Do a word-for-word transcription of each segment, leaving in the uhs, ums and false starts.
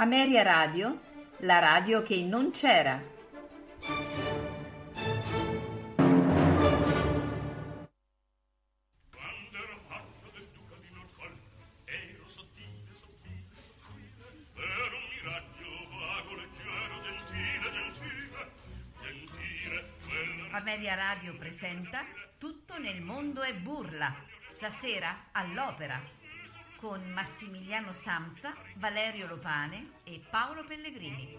Ameria Radio, la radio che non c'era. Ameria Radio presenta Tutto nel mondo è burla, stasera all'Opera, con Massimiliano Samsa, Valerio Lopane e Paolo Pellegrini.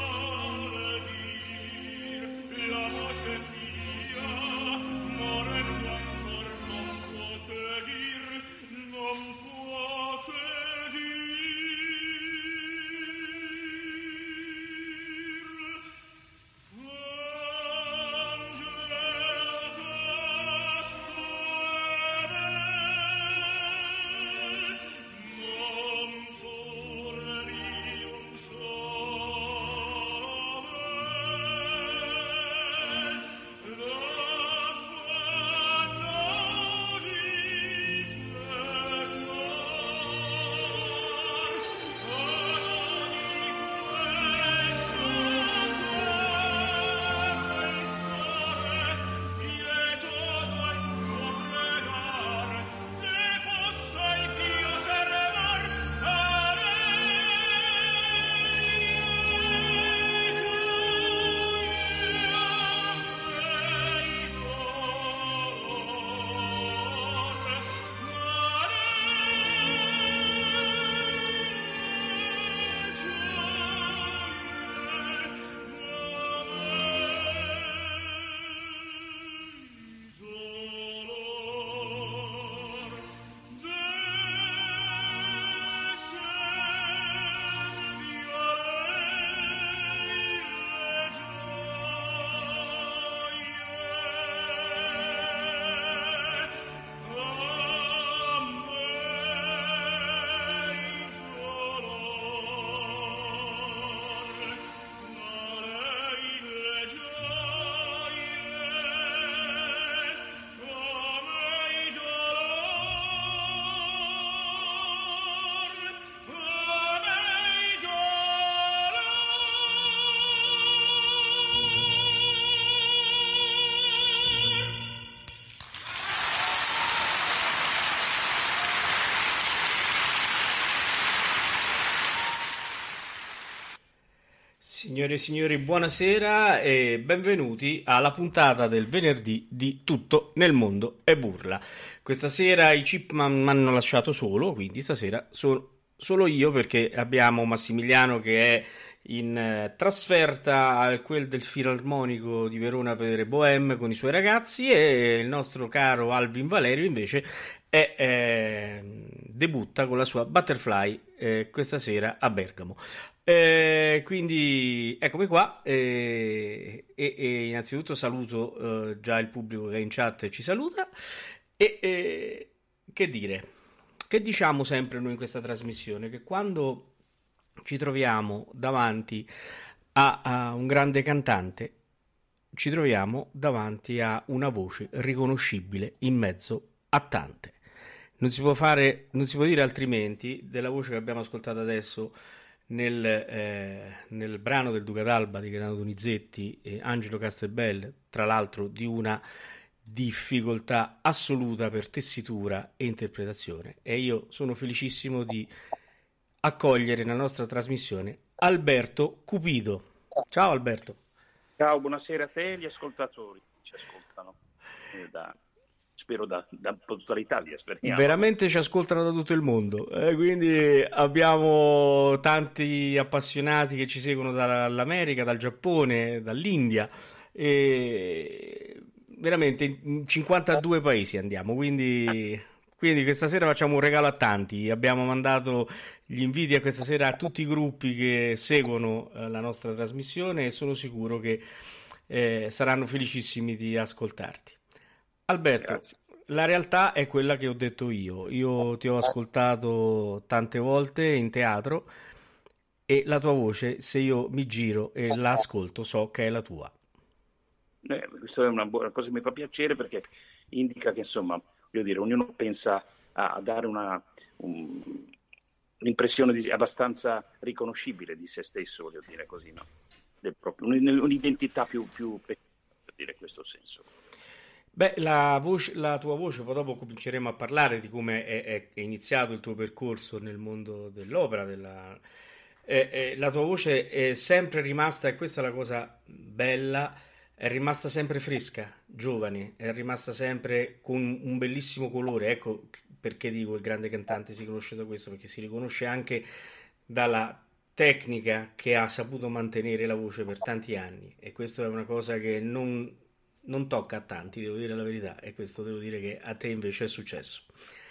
More Signore e signori, buonasera e benvenuti alla puntata del venerdì di Tutto nel mondo e burla. Questa sera i Chipman mi hanno lasciato solo, quindi stasera sono solo io perché abbiamo Massimiliano che è in eh, trasferta al quel del Filarmonico di Verona a vedere Bohème con i suoi ragazzi e il nostro caro Alvin Valerio invece è, eh, debutta con la sua Butterfly eh, questa sera a Bergamo. Eh, quindi eccomi qua eh, e, e innanzitutto saluto eh, già il pubblico che è in chat e ci saluta e eh, che dire, che diciamo sempre noi in questa trasmissione? Che quando ci troviamo davanti a, a un grande cantante ci troviamo davanti a una voce riconoscibile in mezzo a tante. Non si può fare, non si può dire altrimenti della voce che abbiamo ascoltato adesso nel, eh, nel brano del Duca d'Alba di Gaetano Donizetti e Angelo Castelbel, tra l'altro di una difficoltà assoluta per tessitura e interpretazione. E io sono felicissimo di accogliere nella nostra trasmissione Alberto Cupido. Ciao Alberto. Ciao, buonasera a te e agli ascoltatori che ci ascoltano. Eh, da... Spero da, da tutta l'Italia, speriamo. Veramente ci ascoltano da tutto il mondo, eh, quindi abbiamo tanti appassionati che ci seguono dall'America, dal Giappone, dall'India, e veramente in cinquantadue paesi andiamo, quindi, quindi questa sera facciamo un regalo a tanti. Abbiamo mandato gli inviti a questa sera a tutti i gruppi che seguono eh, la nostra trasmissione e sono sicuro che eh, saranno felicissimi di ascoltarti. Alberto, Grazie. La realtà è quella che ho detto io. Io ti ho ascoltato tante volte in teatro e la tua voce, se io mi giro e la ascolto, so che è la tua. Eh, questa è una buona cosa, mi fa piacere perché indica che, insomma, voglio dire, ognuno pensa a, a dare una, un, un'impressione di, abbastanza riconoscibile di se stesso, voglio dire così, no? Del proprio, un'identità più, più per dire questo senso. Beh, la, voce, la tua voce, poi dopo cominceremo a parlare di come è, è- è iniziato il tuo percorso nel mondo dell'opera, della, eh, eh, la tua voce è sempre rimasta, e questa è la cosa bella, è rimasta sempre fresca, giovane, è rimasta sempre con un bellissimo colore. Ecco perché dico il grande cantante si conosce da questo, perché si riconosce anche dalla tecnica che ha saputo mantenere la voce per tanti anni, e questa è una cosa che non non tocca a tanti, devo dire la verità, e questo devo dire che a te invece è successo.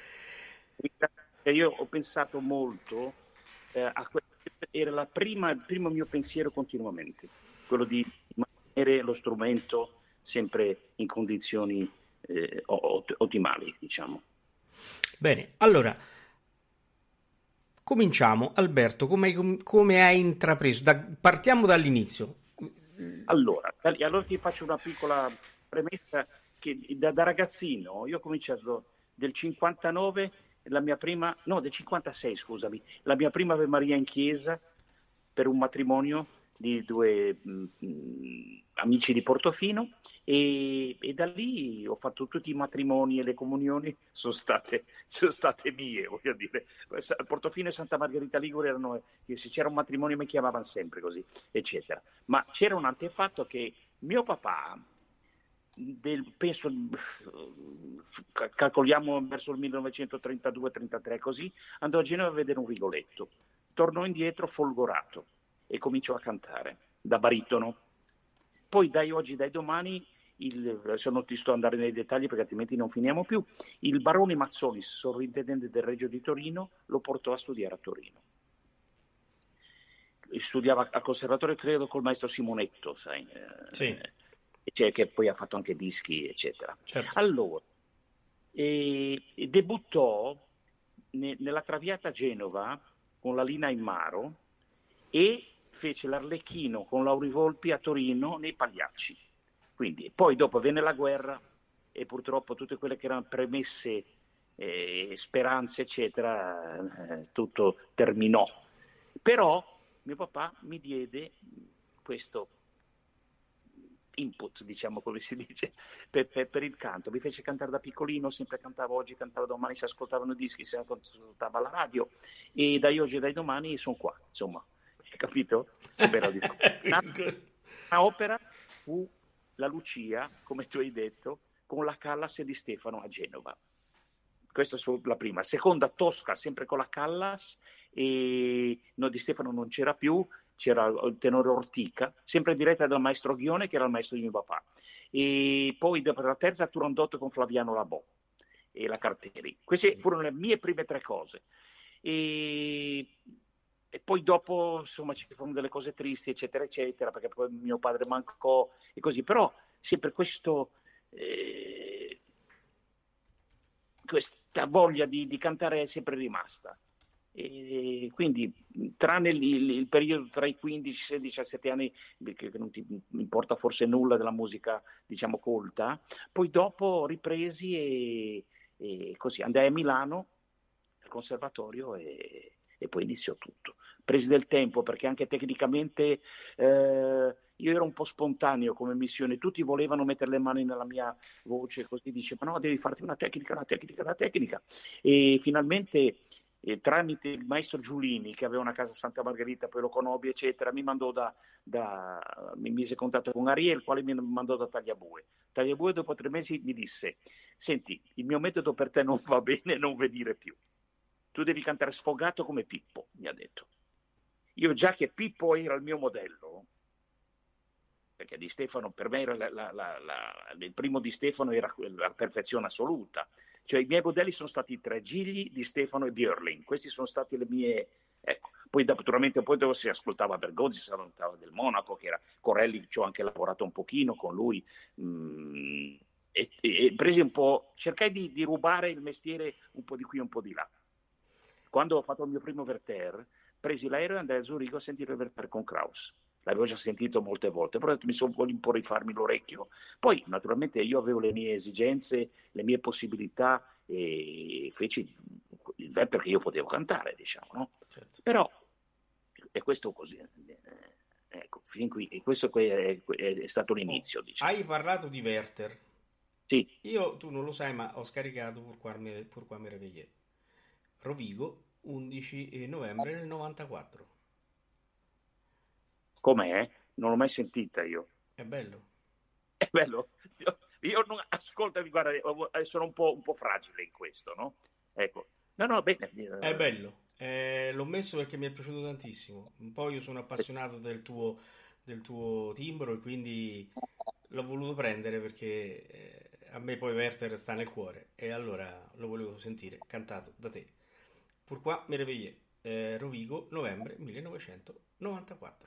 Io ho pensato molto eh, a quello che era la prima, il primo mio pensiero continuamente, quello di mantenere lo strumento sempre in condizioni eh, ot- ottimali, diciamo. Bene, allora cominciamo. Alberto, come hai, come hai intrapreso? Da- partiamo dall'inizio. Allora, allora ti faccio una piccola premessa che da, da ragazzino io ho cominciato del cinquantanove, la mia prima, no, del cinquantasei, scusami, la mia prima Ave Maria in chiesa per un matrimonio di due mh, amici di Portofino e, e da lì ho fatto tutti i matrimoni e le comunioni sono state, sono state mie, voglio dire. Portofino e Santa Margherita Ligure erano, se c'era un matrimonio mi chiamavano sempre così, eccetera. Ma c'era un antefatto che mio papà, del, penso, calcoliamo verso il millenovecentotrentadue trentatré così, andò a Genova a vedere un Rigoletto, tornò indietro folgorato e cominciò a cantare da baritono. Poi dai oggi, dai domani, il, adesso non ti sto andare nei dettagli perché altrimenti non finiamo più, il barone Mazzonis, sovrintendente del Regio di Torino, lo portò a studiare a Torino. Studiava al conservatorio, credo, col maestro Simonetto, sai, Sì, cioè, che poi ha fatto anche dischi, eccetera. certo. Allora, e, e debuttò ne, nella Traviata a Genova con la Lina in Maro e fece l'Arlecchino con Lauri Volpi a Torino nei Pagliacci. Quindi, poi dopo venne la guerra e purtroppo tutte quelle che erano premesse, eh, speranze, eccetera, eh, tutto terminò. Però mio papà mi diede questo input, diciamo, come si dice, per, per, per il canto. Mi fece cantare da piccolino, sempre cantavo, oggi cantavo domani, si ascoltavano dischi, si ascoltava la radio, e dai oggi e dai domani sono qua, insomma. capito? Spero di no. La opera fu la Lucia, come tu hai detto, con la Callas e Di Stefano a Genova. Questa è la prima. Seconda, Tosca, sempre con la Callas, e no, Di Stefano non c'era più, c'era il tenore Ortica, sempre diretta dal maestro Ghione, che era il maestro di mio papà. E poi per la terza, Turandot con Flaviano Labò e la Carteri. Queste furono le mie prime tre cose. E, e poi dopo, insomma, ci furono delle cose tristi, eccetera, eccetera, perché poi mio padre mancò e così. Però sempre questo... Eh, questa voglia di, di cantare è sempre rimasta. E quindi, tranne il, il, il periodo tra i quindici, sedici, diciassette anni, che non ti importa forse nulla della musica, diciamo, colta, poi dopo ripresi e, e così andai a Milano al conservatorio e, e poi iniziò tutto. Presi del tempo, perché anche tecnicamente eh, io ero un po' spontaneo come missione, tutti volevano mettere le mani nella mia voce, così dicevano no, devi farti una tecnica, una tecnica, una tecnica, e finalmente eh, tramite il maestro Giulini, che aveva una casa a Santa Margherita, poi lo conobbi, eccetera, mi mandò da, da mi mise in contatto con Ariel, il quale mi mandò da Tagliabue. Tagliabue dopo tre mesi mi disse: senti, il mio metodo per te non va bene, non venire più, tu devi cantare sfogato come Pippo, mi ha detto. Io, già che Pippo era il mio modello, perché Di Stefano per me era la, la, la, la, il primo Di Stefano era la perfezione assoluta, cioè i miei modelli sono stati tre: Gigli, Di Stefano e Björling. Questi sono stati le mie, ecco. Poi naturalmente poi si ascoltava Bergonzi, si ascoltava del Monaco, che era Corelli, ci ho anche lavorato un pochino con lui, mm, e, e, e presi un po', cercai di, di rubare il mestiere un po' di qui e un po' di là. Quando ho fatto il mio primo Werther, presi l'aereo e andai a Zurigo a sentire il Werther con Krauss. L'avevo già sentito molte volte, però mi sono un po' rifarmi l'orecchio. Poi naturalmente io avevo le mie esigenze, le mie possibilità, e feci il Werther che io potevo cantare, diciamo, no? Certo. Però è questo così, ecco, fin qui, e questo è, è stato l'inizio, oh, diciamo. Hai parlato di Werther. Sì. Io, tu non lo sai, ma ho scaricato Pourquoi, Pourquoi me réveiller. Rovigo, undici novembre del novantaquattro. Com'è? Non l'ho mai sentita io. È bello. È bello? Io, io non, ascoltami, guarda, sono un po', un po' fragile in questo, no? Ecco. No, no, bene. È bello. Eh, l'ho messo perché mi è piaciuto tantissimo. Un po' io sono appassionato del tuo, del tuo timbro e quindi l'ho voluto prendere perché eh, a me poi Werther sta nel cuore e allora lo volevo sentire cantato da te. Pourquoi me réveiller, eh, Rovigo, novembre millenovecentonovantaquattro.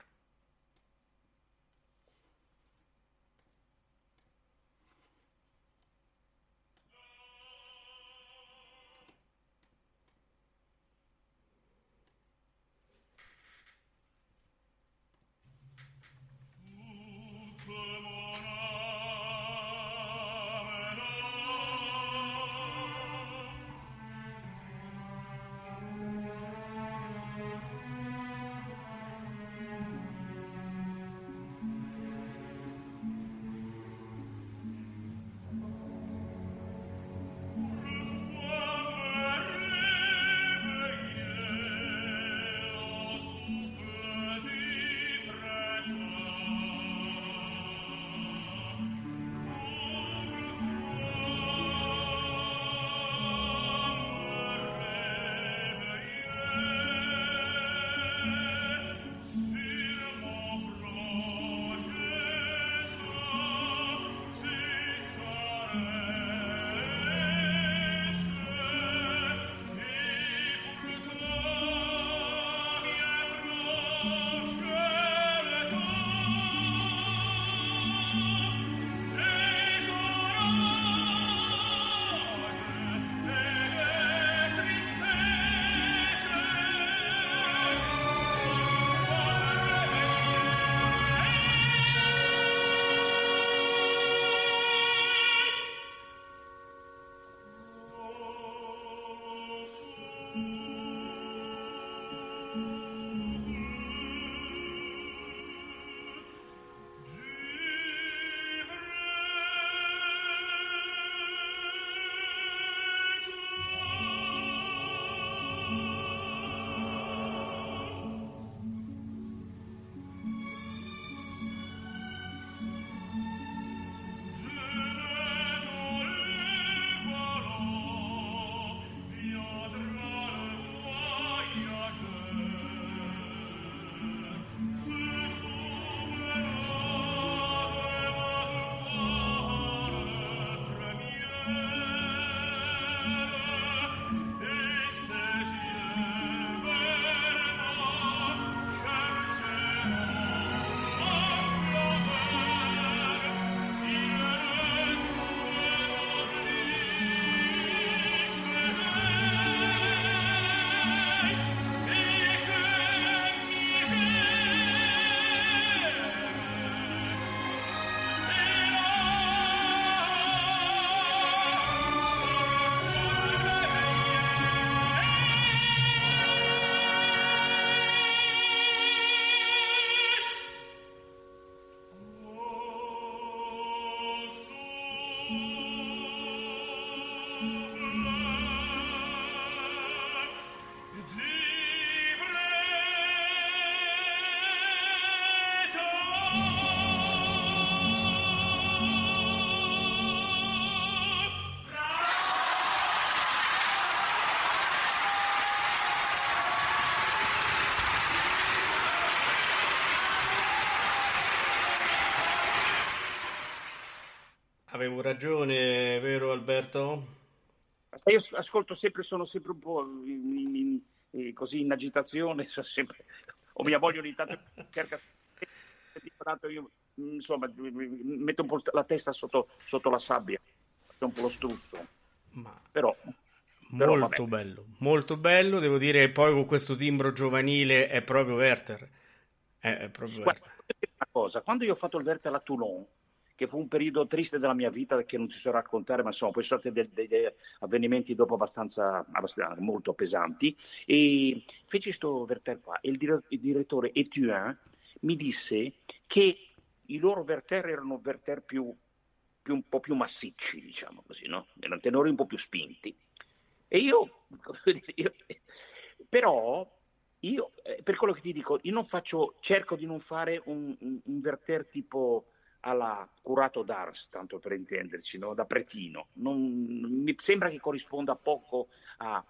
Avevo ragione, vero Alberto? Io ascolto sempre, sono sempre un po' in, in- in- eh, così in agitazione, sono sempre, o mia moglie ogni tanto cerca tanto io insomma metto un po' la testa sotto, sotto la sabbia, faccio un po' lo struzzo, Ma però, però vabbè. molto bello, molto bello. Devo dire che poi con questo timbro giovanile è proprio Werther. È, è proprio Guarda, Werther. voglio dire una cosa, quando io ho fatto il Vertel a Toulon, che fu un periodo triste della mia vita che non ti so raccontare, ma insomma, poi sono stati de- de- degli avvenimenti dopo abbastanza, abbastanza molto pesanti, e feci questo Vertel qua, e il, dire- il direttore Etienne mi disse che i loro Verter erano Verter più, più un po' più massicci, diciamo così, no? Erano tenori un po' più spinti. E io, io però io, eh, per quello che ti dico, io non faccio, cerco di non fare un, un, un Werther tipo alla Curato d'Ars, tanto per intenderci, no? Da pretino. Non, mi sembra che corrisponda poco a,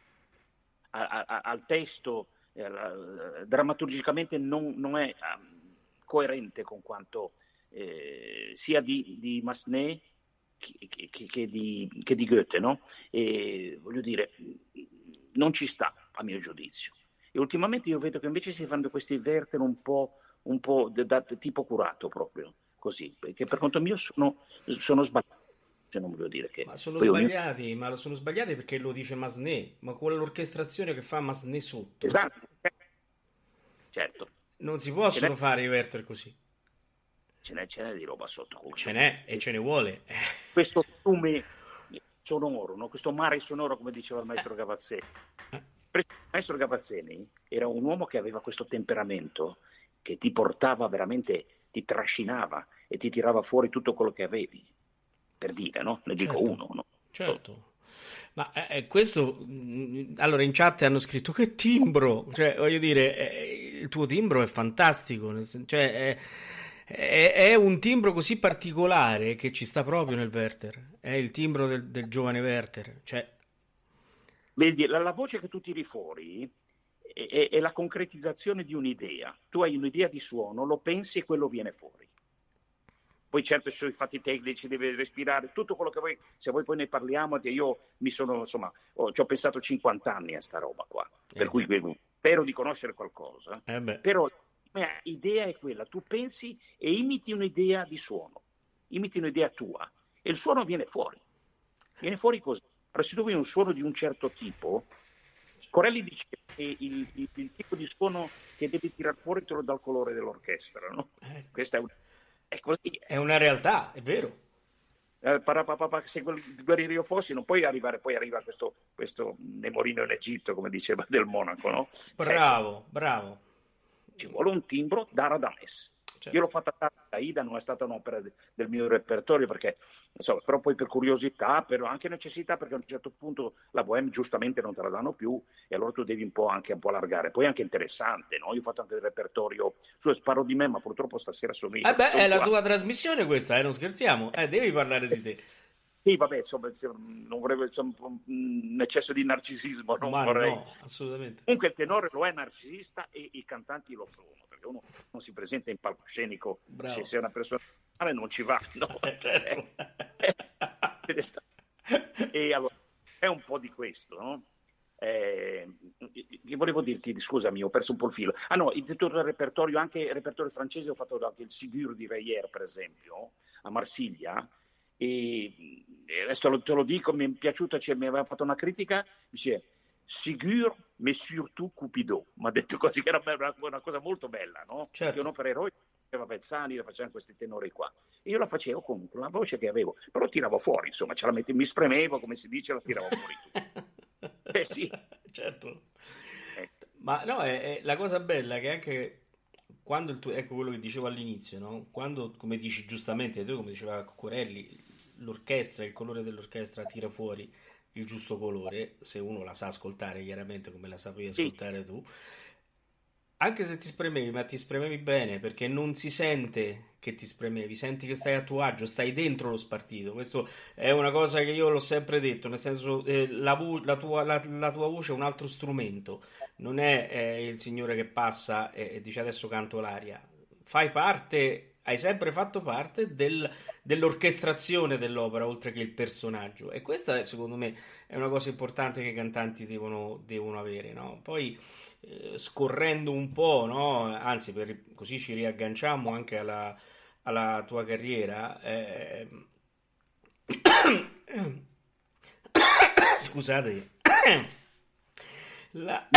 a, a, al testo, eh, drammaturgicamente non, non è um, coerente con quanto eh, sia di, di Massenet che, che, che, di, che di Goethe, no? E voglio dire, non ci sta, a mio giudizio. E ultimamente io vedo che invece si fanno questi Werther un po', un po' da, da, tipo curato proprio, così, perché per conto mio sono, sono sbagliati, se non voglio dire che... Ma sono Poi ognuno... sbagliati, ma lo sono sbagliati perché lo dice Massenet, ma con l'orchestrazione che fa Massenet sotto, Esatto, certo, non si ce n'è, possono fare i Werther così. ce n'è, ce n'è di roba sotto Ce comunque. n'è e ce ne vuole. Questo fiume sonoro, no? Questo mare sonoro, come diceva il maestro Gavazzeni. Il maestro Gavazzeni era un uomo che aveva questo temperamento che ti portava veramente, ti trascinava e ti tirava fuori tutto quello che avevi, per dire, no? Ne dico Certo, uno, no? certo. Ma eh, eh, questo, mh, allora in chat hanno scritto che timbro, cioè voglio dire, eh, il tuo timbro è fantastico, nel sen- cioè è, è- è un timbro così particolare che ci sta proprio nel Werther, è il timbro del, del giovane Werther, cioè, Vedi, la, la voce che tu tiri fuori è, è- è la concretizzazione di un'idea. Tu hai un'idea di suono, lo pensi e quello viene fuori. Poi certo ci sono i fatti tecnici, devi respirare, tutto quello che vuoi, se voi poi ne parliamo, che io mi sono, insomma, ho, ci ho pensato cinquanta anni a sta roba qua, eh per cui beh, eh, spero di conoscere qualcosa, eh beh, però la mia idea è quella, tu pensi e imiti un'idea di suono, imiti un'idea tua e il suono viene fuori, viene fuori così. Allora se tu vuoi un suono di un certo tipo, Corelli dice che il, il- il tipo di suono che devi tirar fuori te lo dà il colore dell'orchestra, no? eh, Questa è, un- è così, è una realtà, è vero. eh, parapapapa, se quel guerriero io fossi, non puoi arrivare, poi arriva questo, questo Nemorino in Egitto, come diceva del Monaco, no? Ecco, Bravo, bravo, ci vuole un timbro da Radames. Io l'ho certo. fatta a Aida, non è stata un'opera de- del mio repertorio, perché, insomma, però poi per curiosità, per anche necessità, perché a un certo punto la Bohème giustamente non te la danno più, e allora tu devi un po' anche un po' allargare. Poi è anche interessante, no? Io ho fatto anche il repertorio, su sparo di me, ma purtroppo stasera sono Eh io, beh, sono è la qua. tua trasmissione questa, eh, non scherziamo, eh, devi parlare di te. Sì, vabbè, insomma, non vorrei insomma, un eccesso di narcisismo, non Ma vorrei. no, assolutamente. Comunque il tenore lo è narcisista e i cantanti lo sono, perché uno non si presenta in palcoscenico se, Bravo. se è una persona normale non ci va, no? Eh, certo. E allora è un po' di questo, no? Eh, che volevo dirti, scusami, ho perso un po' il filo. Ah no, il tutto il repertorio, anche il repertorio francese, ho fatto anche il Sigur di Reyer, per esempio, a Marsiglia, e e adesso te lo dico, mi è piaciuta, cioè, mi aveva fatto una critica, dice Sigur, mais surtout Cupido, mi ha detto così, che era una, una cosa molto bella, no? Che Certo. un'opera eroica, faceva Vezzani, la facevano questi tenori qua. E io la facevo comunque, la voce che avevo, però tiravo fuori, insomma, ce la metti, mi spremevo, come si dice, la tiravo fuori tu. Eh sì. Certo. Eh, Ma no, è, è la cosa bella che anche quando il tuo, ecco quello che dicevo all'inizio, no? Quando, come dici giustamente, tu come diceva Corelli, l'orchestra, il colore dell'orchestra tira fuori il giusto colore, se uno la sa ascoltare, chiaramente come la sapevi sì, ascoltare tu. Anche se ti spremevi, ma ti spremevi bene perché non si sente che ti spremevi, senti che stai a tuo agio, stai dentro lo spartito. Questo è una cosa che io l'ho sempre detto, nel senso eh, la, vo- la tua, la- la tua voce è un altro strumento, non è eh, il signore che passa e, e dice adesso canto l'aria. Fai parte hai sempre fatto parte del, dell'orchestrazione dell'opera, oltre che il personaggio. E questa, secondo me, è una cosa importante che i cantanti devono, devono avere, no? Poi, eh, scorrendo un po', no? Anzi, per- così ci riagganciamo anche alla, alla tua carriera. eh, Scusate. La...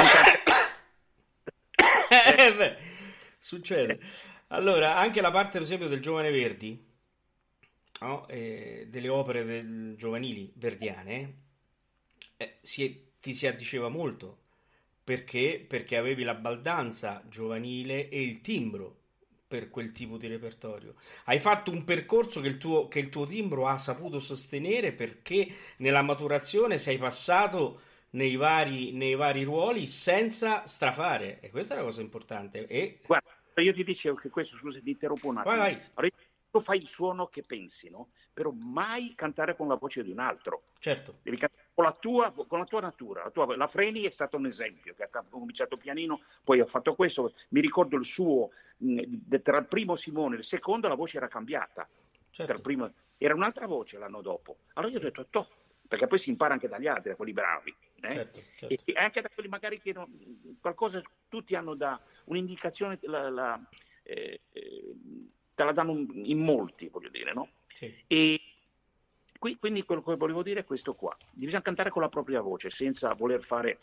Eh, beh, succede. Allora, anche la parte, per esempio, del Giovane Verdi, no? Eh, delle opere del- giovanili verdiane, eh, si- ti si addiceva molto. Perché? Perché avevi la baldanza giovanile e il timbro per quel tipo di repertorio. Hai fatto un percorso che il tuo, che il tuo timbro ha saputo sostenere perché nella maturazione sei passato nei vari, nei vari ruoli senza strafare. E questa è la cosa importante. E Guarda, io ti dicevo che questo, scusa, ti interrompo un vai, attimo. vai. Allora, tu fai il suono che pensi, no? Però mai cantare con la voce di un altro. Certo, Devi cantare con la tua, con la tua natura. La, tua, la Freni è stato un esempio, che ha cominciato pianino, poi ha fatto questo. Mi ricordo il suo, mh, tra il primo Simone e il secondo la voce era cambiata. Tra il certo. primo, era un'altra voce l'anno dopo. Allora io ho Sì, detto, toh, perché poi si impara anche dagli altri, da quelli bravi. Eh? certo, E certo. e anche da quelli magari che non- qualcosa tutti hanno da un'indicazione, la, la, eh, eh, te la danno in molti, voglio dire, no? Sì, E qui- quindi quello che volevo dire è questo qua. Bisogna cantare con la propria voce, senza voler fare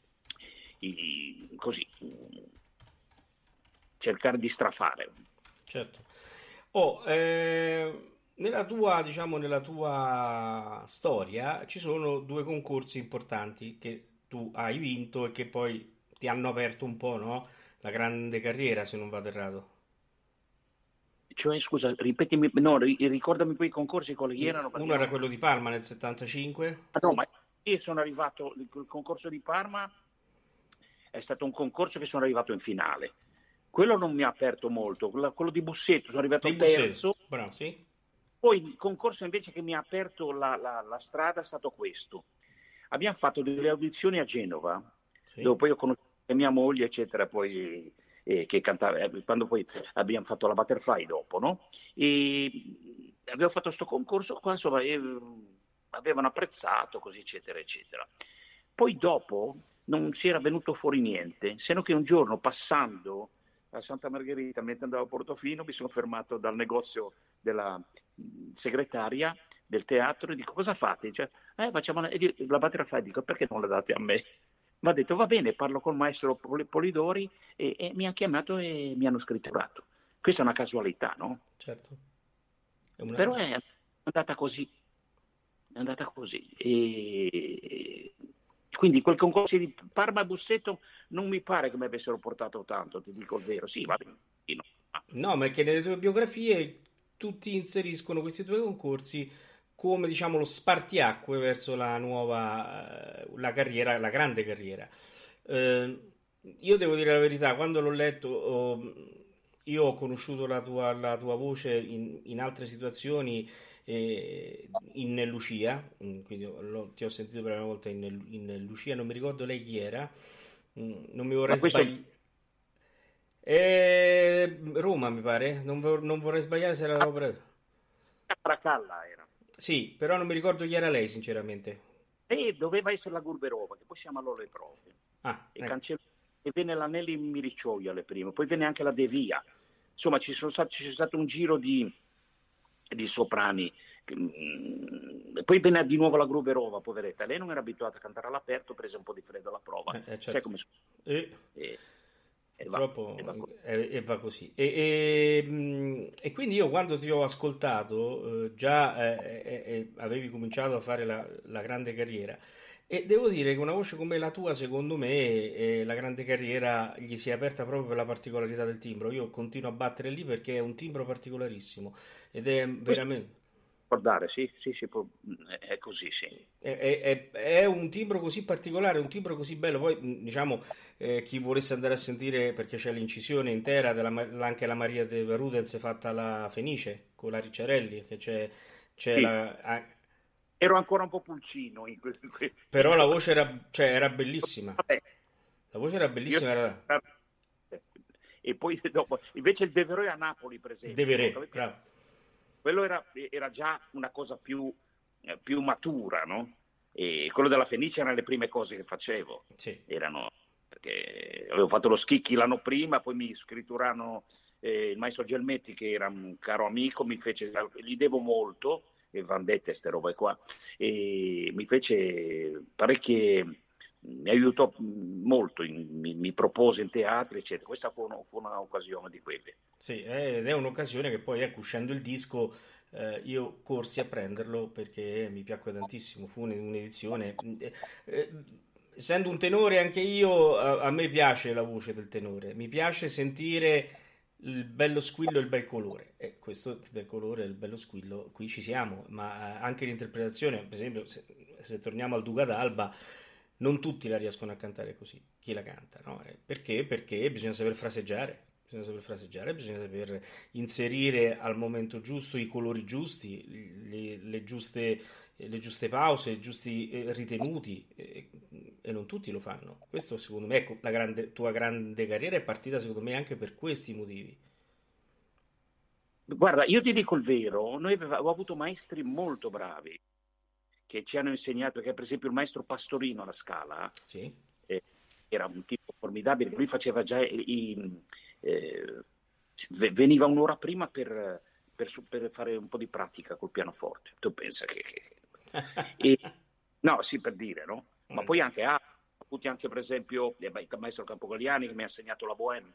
i- così, cercare di strafare. certo. Oh, eh, nella tua, diciamo, nella tua storia ci sono due concorsi importanti che tu hai vinto e che poi ti hanno aperto un po', no? La grande carriera, se non vado errato. Cioè, scusa, ripetimi, no, ri- ricordami poi i concorsi quali I- erano, perché Uno era non... quello di Parma nel settantacinque. Ah, no, ma io sono arrivato, il il concorso di Parma è stato un concorso che sono arrivato in finale. Quello non mi ha aperto molto, quello quello di Busseto sono Dei arrivato Busseto. terzo. Bravo, sì? Poi il concorso invece che mi ha aperto la, la- la strada è stato questo. Abbiamo fatto delle audizioni a Genova, dove Sì? poi ho conosciuto mia moglie, eccetera, poi, eh, che cantava, eh, quando poi abbiamo fatto la Butterfly dopo, no? E avevo fatto questo concorso qua, insomma, e, mm, avevano apprezzato, così, eccetera, eccetera. Poi dopo non si era venuto fuori niente, se non che un giorno passando a Santa Margherita, mentre andavo a Portofino, mi sono fermato dal negozio della mh, segretaria del teatro e dico cosa fate? Cioè, eh, facciamo una... e io- la Butterfly, dico perché non la date a me? Mi ha detto va bene, parlo col maestro Pol- Polidori e, e mi ha chiamato e mi hanno scritturato. Questa è una casualità, no? Certo. È una... Però è andata così, è andata così. E quindi quel concorso di Parma e Busseto non mi pare che mi avessero portato tanto, ti dico il vero. Sì, va bene. No, ma è che nelle tue biografie tutti inseriscono questi due concorsi come, diciamo, lo spartiacque verso la nuova, eh, la carriera, la grande carriera. Eh, io devo dire la verità, quando l'ho letto, ho- io ho conosciuto la tua, la tua voce in, in altre situazioni, eh, in Lucia, mm, quindi l'ho- ti ho sentito per la prima volta in, in Lucia, non mi ricordo lei chi era, mm, non mi Ma vorrei questo sbagliare. Eh, Roma, mi pare. Non, vor- non vorrei sbagliare se era l'opera. a Caracalla era. Sì, però non mi ricordo chi era lei, sinceramente. E doveva essere la Gurberova, che poi siamo alle prove. Ah, E, ecco. cancell- e venne l'Anelli Miricioia alle prime, poi venne anche la De Via. Insomma, ci sono stati, c'è stato un giro di, di soprani. Mm, Poi venne di nuovo la Gruberova, poveretta. Lei non era abituata a cantare all'aperto, prese un po' di freddo alla prova. Eh, eh, Sai certo. come sono? E E, e va, e va purtroppo così. eh, e va così. E, e, mh, e quindi io quando ti ho ascoltato, eh, già eh, eh, eh, avevi cominciato a fare la, la grande carriera. E devo dire che una voce come la tua, secondo me, eh, la grande carriera gli si è aperta proprio per la particolarità del timbro. Io continuo a battere lì perché è un timbro particolarissimo ed è Questo veramente. ricordare, sì, sì, sì, può- è è così, sì. È, è- è- è un timbro così particolare, un timbro così bello. Poi, mh, diciamo, eh, chi volesse andare a sentire, perché c'è l'incisione intera della, Ma- anche la Maria de Rudens fatta alla Fenice con la Ricciarelli, che c'è, c'è Sì, la, ah, ero ancora un po' pulcino in quel, in quel- in però la quella... voce era, cioè, era bellissima. Vabbè, La voce era io bellissima, era. e poi dopo, invece il Devereux a Napoli, per esempio, Devereux, bravo. Quello era, era già una cosa più, eh, più matura, no? E quello della Fenice erano le prime cose che facevo. Sì. Erano, perché avevo fatto lo Schicchi l'anno prima, poi mi scritturarono eh, il maestro Gelmetti, che era un caro amico, mi fece, gli devo molto, e vendette queste robe qua, e mi fece parecchie, mi aiutò molto, in, mi, mi propose in teatri, eccetera. Questa fu, uno, fu un'occasione di quelle. Sì, ed è un'occasione che poi, ecco, uscendo il disco, eh, io corsi a prenderlo perché mi piacque tantissimo, fu un'edizione... Eh, eh, essendo un tenore anche io, a, a me piace la voce del tenore, mi piace sentire il bello squillo e il bel colore, e questo il bel colore e il bello squillo qui ci siamo, ma eh, anche l'interpretazione, per esempio, se, se torniamo al Duca d'Alba, non tutti la riescono a cantare così, chi la canta, no? Eh, Perché? Perché bisogna saper fraseggiare, bisogna saper fraseggiare, bisogna saper inserire al momento giusto i colori giusti, le, le giuste, le giuste pause, i giusti eh, ritenuti, eh, e non tutti lo fanno. Questo secondo me, ecco, la grande, tua grande carriera è partita secondo me anche per questi motivi. Guarda, io ti dico il vero, noi avevamo avuto maestri molto bravi che ci hanno insegnato, che per esempio il maestro Pastorino alla Scala, Sì. eh, era un tipo formidabile, lui faceva già i, i, eh, veniva un'ora prima per, per, per fare un po' di pratica col pianoforte. Tu pensa che... che... E, no, sì, per dire, no? Ma poi anche ha avuti anche per esempio eh, il maestro Campogalliani che mi ha insegnato la Bohème,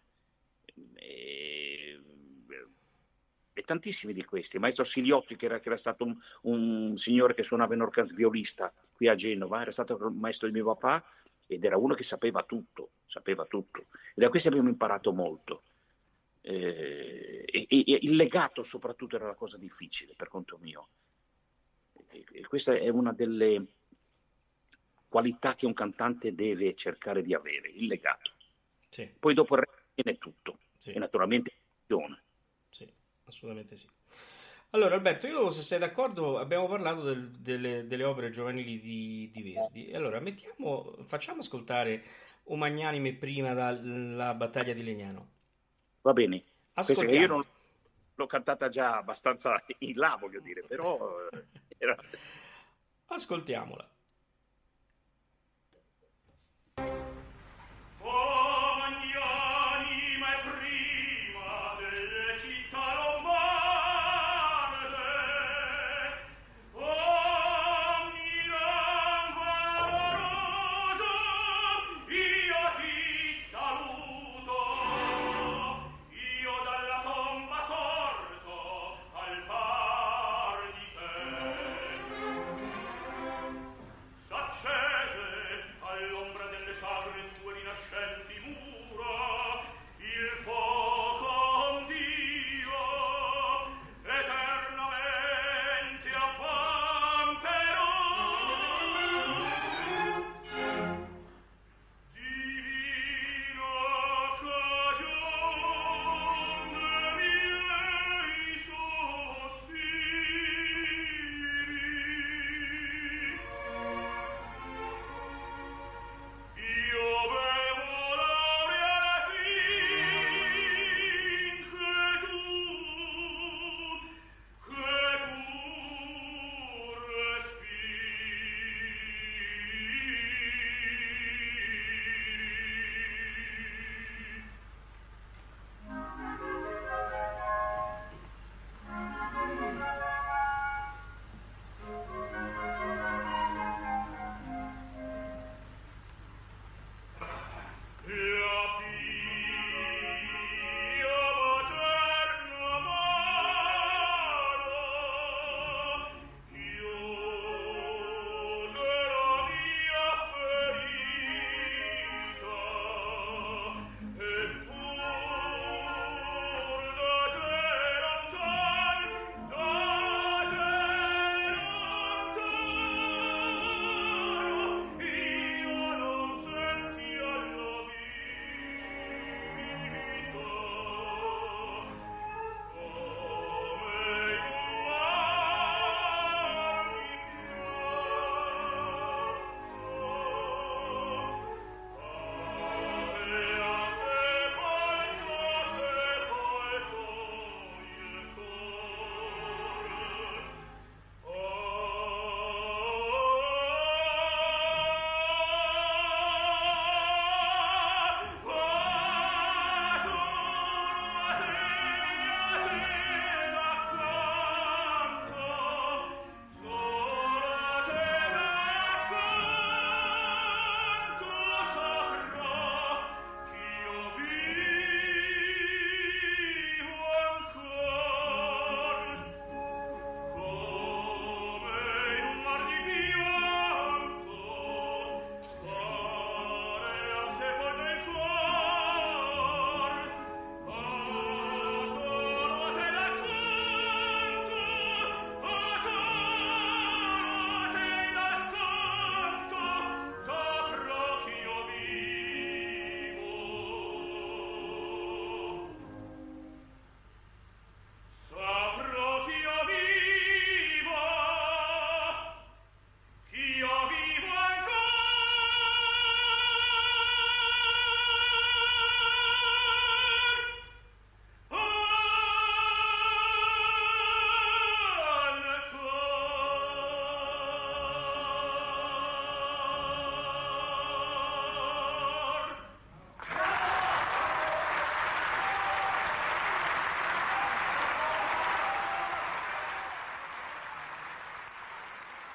e, e tantissimi di questi. Il maestro Siliotti, che era, che era stato un, un signore che suonava in orchestra, violista qui a Genova, era stato il maestro di mio papà ed era uno che sapeva tutto, sapeva tutto. E da questi abbiamo imparato molto. Eh, e, e il legato soprattutto era la cosa difficile per conto mio. E, e questa è una delle qualità che un cantante deve cercare di avere, il legato. Sì. Poi dopo il resto viene tutto, Sì. e naturalmente l'azione. Sì, assolutamente sì. Allora Alberto, io se sei d'accordo abbiamo parlato del- delle, delle opere giovanili di, di Verdi, e allora mettiamo, facciamo ascoltare O Magnanime prima dalla battaglia di Legnano. Va bene. Questa che io Ascoltiamo. non l'ho cantata già abbastanza in là, voglio dire, però eh, era... Ascoltiamola.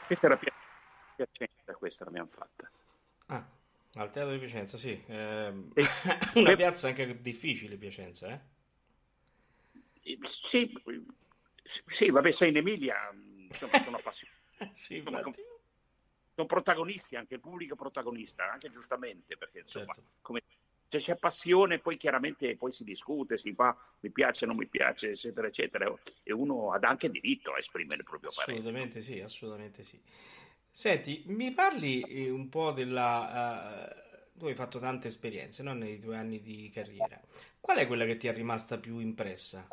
Questa era Pia- Piacenza, questa l'abbiamo fatta. Ah, al Teatro di Piacenza, sì. Eh, E- una e- piazza anche difficile, Piacenza, eh? sì, sì, vabbè, sei in Emilia, insomma, sono appassionato. Sì, Insomma, com- infatti. sono protagonisti, anche il pubblico è protagonista, anche giustamente, perché insomma, Certo. come, se c'è passione, poi chiaramente poi si discute, si fa mi piace, non mi piace, eccetera, eccetera, e uno ha anche diritto a esprimere il proprio parere. No? Assolutamente sì, assolutamente sì. Senti, mi parli eh, un po' della... eh, tu hai fatto tante esperienze, no? Nei tuoi anni di carriera. Qual è quella che ti è rimasta più impressa?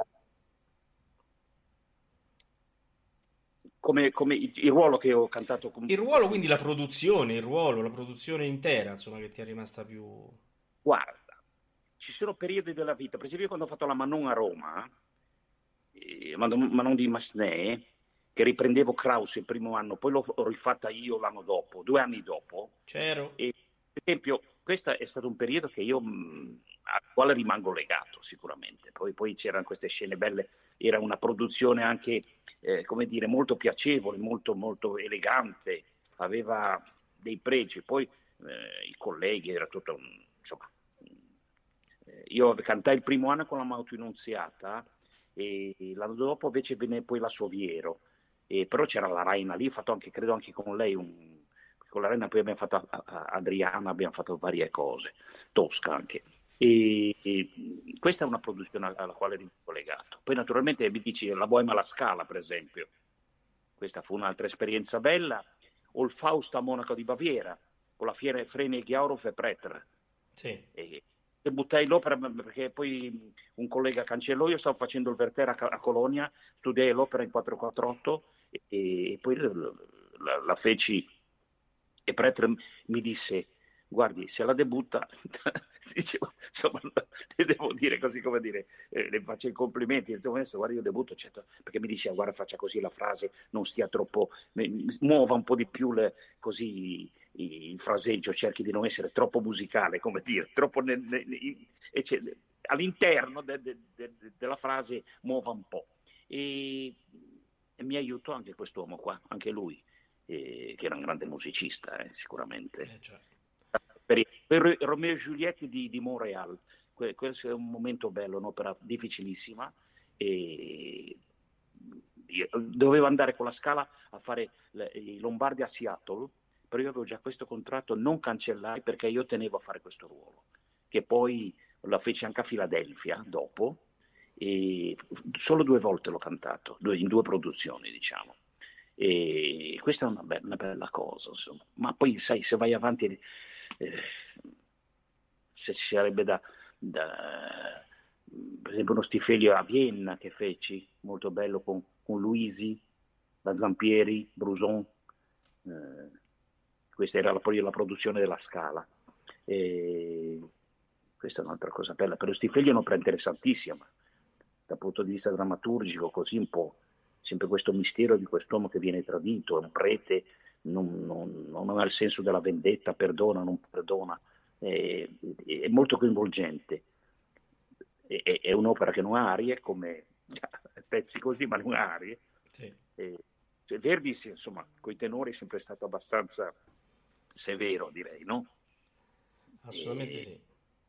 Come, come il, il ruolo che ho cantato con, Il ruolo, quindi la produzione, il ruolo, la produzione intera, insomma, che ti è rimasta più... guarda, ci sono periodi della vita, per esempio io quando ho fatto la Manon a Roma, eh, Manon Manon di Massenet, che riprendevo Kraus il primo anno, poi l'ho l'ho rifatta io l'anno dopo, due anni dopo, C'ero? e per esempio questo è stato un periodo che io, mh, al quale rimango legato sicuramente, poi, poi c'erano queste scene belle, era una produzione anche, eh, come dire, molto piacevole, molto, molto elegante, aveva dei pregi, poi eh, i colleghi, era tutto un, insomma, eh, io cantai il primo anno con la Mauto-Innunziata e l'anno dopo invece venne poi la Soviero, e però c'era la Raina lì, ho fatto anche, credo anche con lei, un, con la Raina poi abbiamo fatto a, a Adriana, abbiamo fatto varie cose, Tosca anche. E, e questa è una produzione alla quale rimango legato. Poi naturalmente mi dici la Boema alla Scala, per esempio, questa fu un'altra esperienza bella, o il Fausto a Monaco di Baviera, con la Fiere Freni Ghiaurov e Pretre. Sì. E, e buttai l'opera perché poi un collega cancellò, io stavo facendo il Werther a, a Colonia, studiai l'opera in quattrocentoquarantotto e, e poi la, la feci e Pretre mi disse guardi se la debutta dicevo, insomma le devo dire così come dire eh, le faccio i complimenti e adesso guarda io debutto certo, perché mi dice guarda faccia così la frase non stia troppo muova un po' di più le, così il fraseggio cerchi di non essere troppo musicale come dire troppo ne, ne, ne, all'interno de, de, de, della frase muova un po' e, e mi aiutò anche quest'uomo qua anche lui eh, che era un grande musicista eh, sicuramente Eh, cioè. per, per Romeo e Giulietti di, di Montreal que, questo è un momento bello un'opera difficilissima e dovevo andare con la Scala a fare le, i Lombardi a Seattle però io avevo già questo contratto non cancellai perché io tenevo a fare questo ruolo che poi la feci anche a Filadelfia dopo e solo due volte l'ho cantato due, in due produzioni diciamo e questa è una bella, una bella cosa insomma. Ma poi sai se vai avanti eh, se ci sarebbe da, da per esempio uno Stifelio a Vienna che feci molto bello con, con Luisi la Zampieri, Bruson eh, questa era la, poi la produzione della Scala e questa è un'altra cosa bella però Stifelio è un'opera interessantissima dal punto di vista drammaturgico così un po' sempre questo mistero di quest'uomo che viene tradito, è un prete, non, non, non ha il senso della vendetta, perdona, non perdona, è, è molto coinvolgente. È, è un'opera che non ha arie, come pezzi così, ma non ha arie. Sì. E, cioè, Verdi, insomma, con i tenori è sempre stato abbastanza severo, direi, no? Assolutamente e, sì.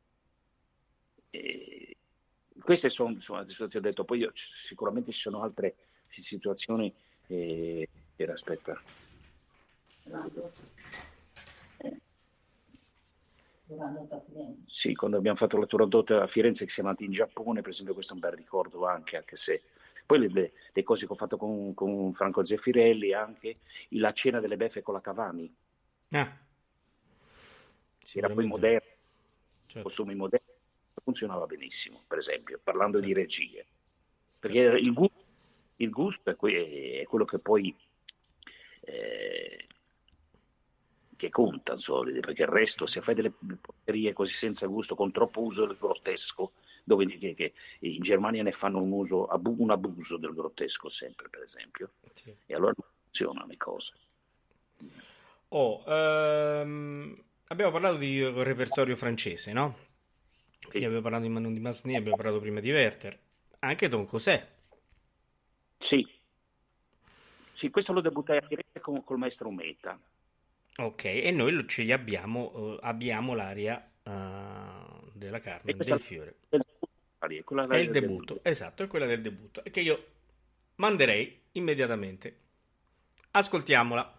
E, queste sono, insomma, adesso ti ho detto, poi io, sicuramente ci sono altre situazioni eh, era aspetta eh. sì quando abbiamo fatto la Turandot a Firenze che siamo andati in Giappone per esempio questo è un bel ricordo anche anche se poi le, le cose che ho fatto con, con Franco Zeffirelli anche la cena delle beffe con la Cavani ah, era poi moderno certo. costumi moderni funzionava benissimo per esempio parlando certo. di regie perché certo. il gusto il gusto è, que- è quello che poi eh, che conta insomma, perché il resto se fai delle porcherie così senza gusto con troppo uso del grottesco dove che, che in Germania ne fanno un uso un abuso del grottesco sempre per esempio sì. E allora non funzionano le cose oh, ehm, abbiamo parlato di repertorio francese no? Sì. Abbiamo parlato di Manon di Massenet abbiamo parlato prima di Werther anche Don José sì, Sì, questo lo debuttai a Firenze con, col maestro Meta. Ok, e noi lo- ce li abbiamo, eh, abbiamo l'aria eh, della E Carmen questa del è Fiore. del debutto, quella È il del debutto, debutto. esatto, è quella del debutto. E che io manderei immediatamente. Ascoltiamola.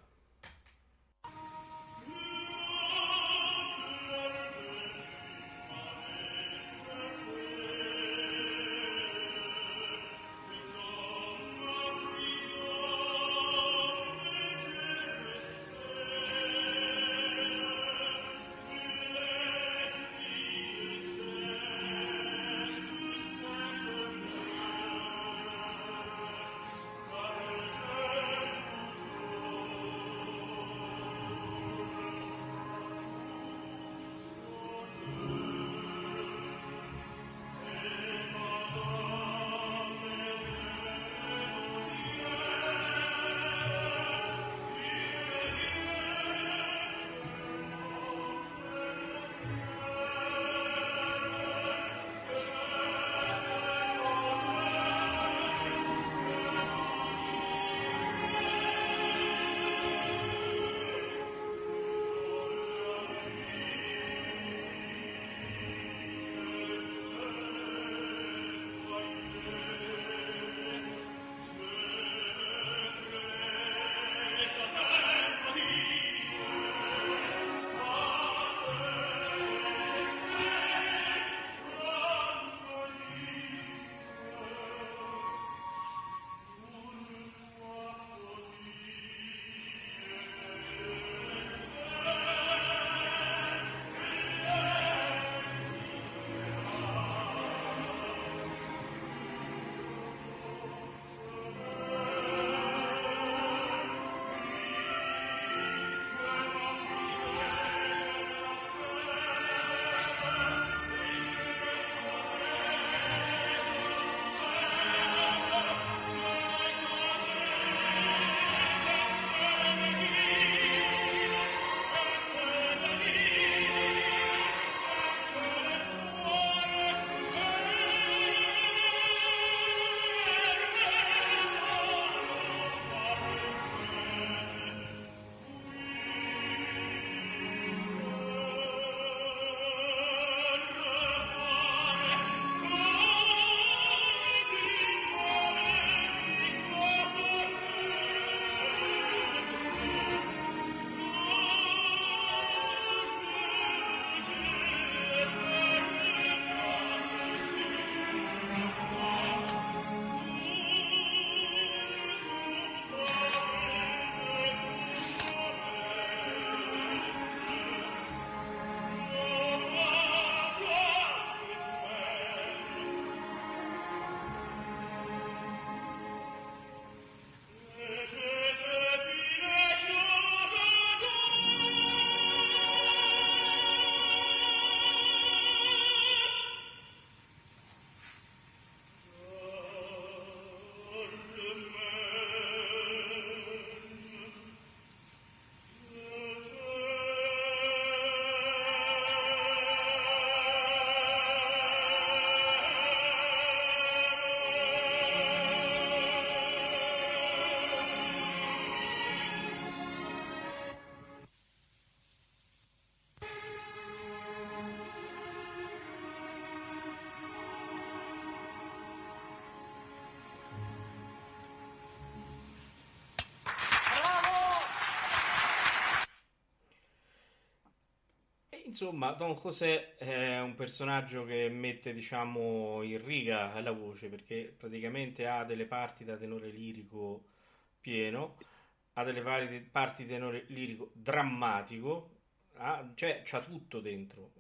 Insomma, Don José è un personaggio che mette, diciamo, in riga la voce perché praticamente ha delle parti da tenore lirico pieno, ha delle parti, parti di tenore lirico drammatico, ha- cioè c'ha tutto dentro.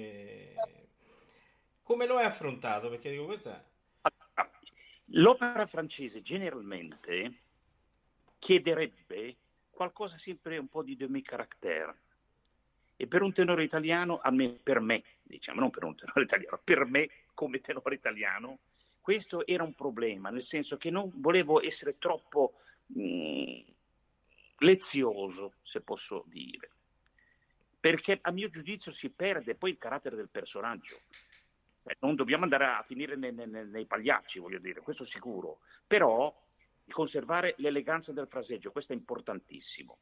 E come lo hai affrontato? Perché dico, questa Allora, l'opera francese generalmente chiederebbe qualcosa sempre un po' di demi-caractère. E per un tenore italiano, almeno per me, diciamo, non per un tenore italiano, per me come tenore italiano, questo era un problema, nel senso che non volevo essere troppo mh, lezioso, se posso dire, perché a mio giudizio si perde poi il carattere del personaggio. Eh, non dobbiamo andare a finire nei, nei, nei pagliacci, voglio dire, questo sicuro, però conservare l'eleganza del fraseggio, questo è importantissimo.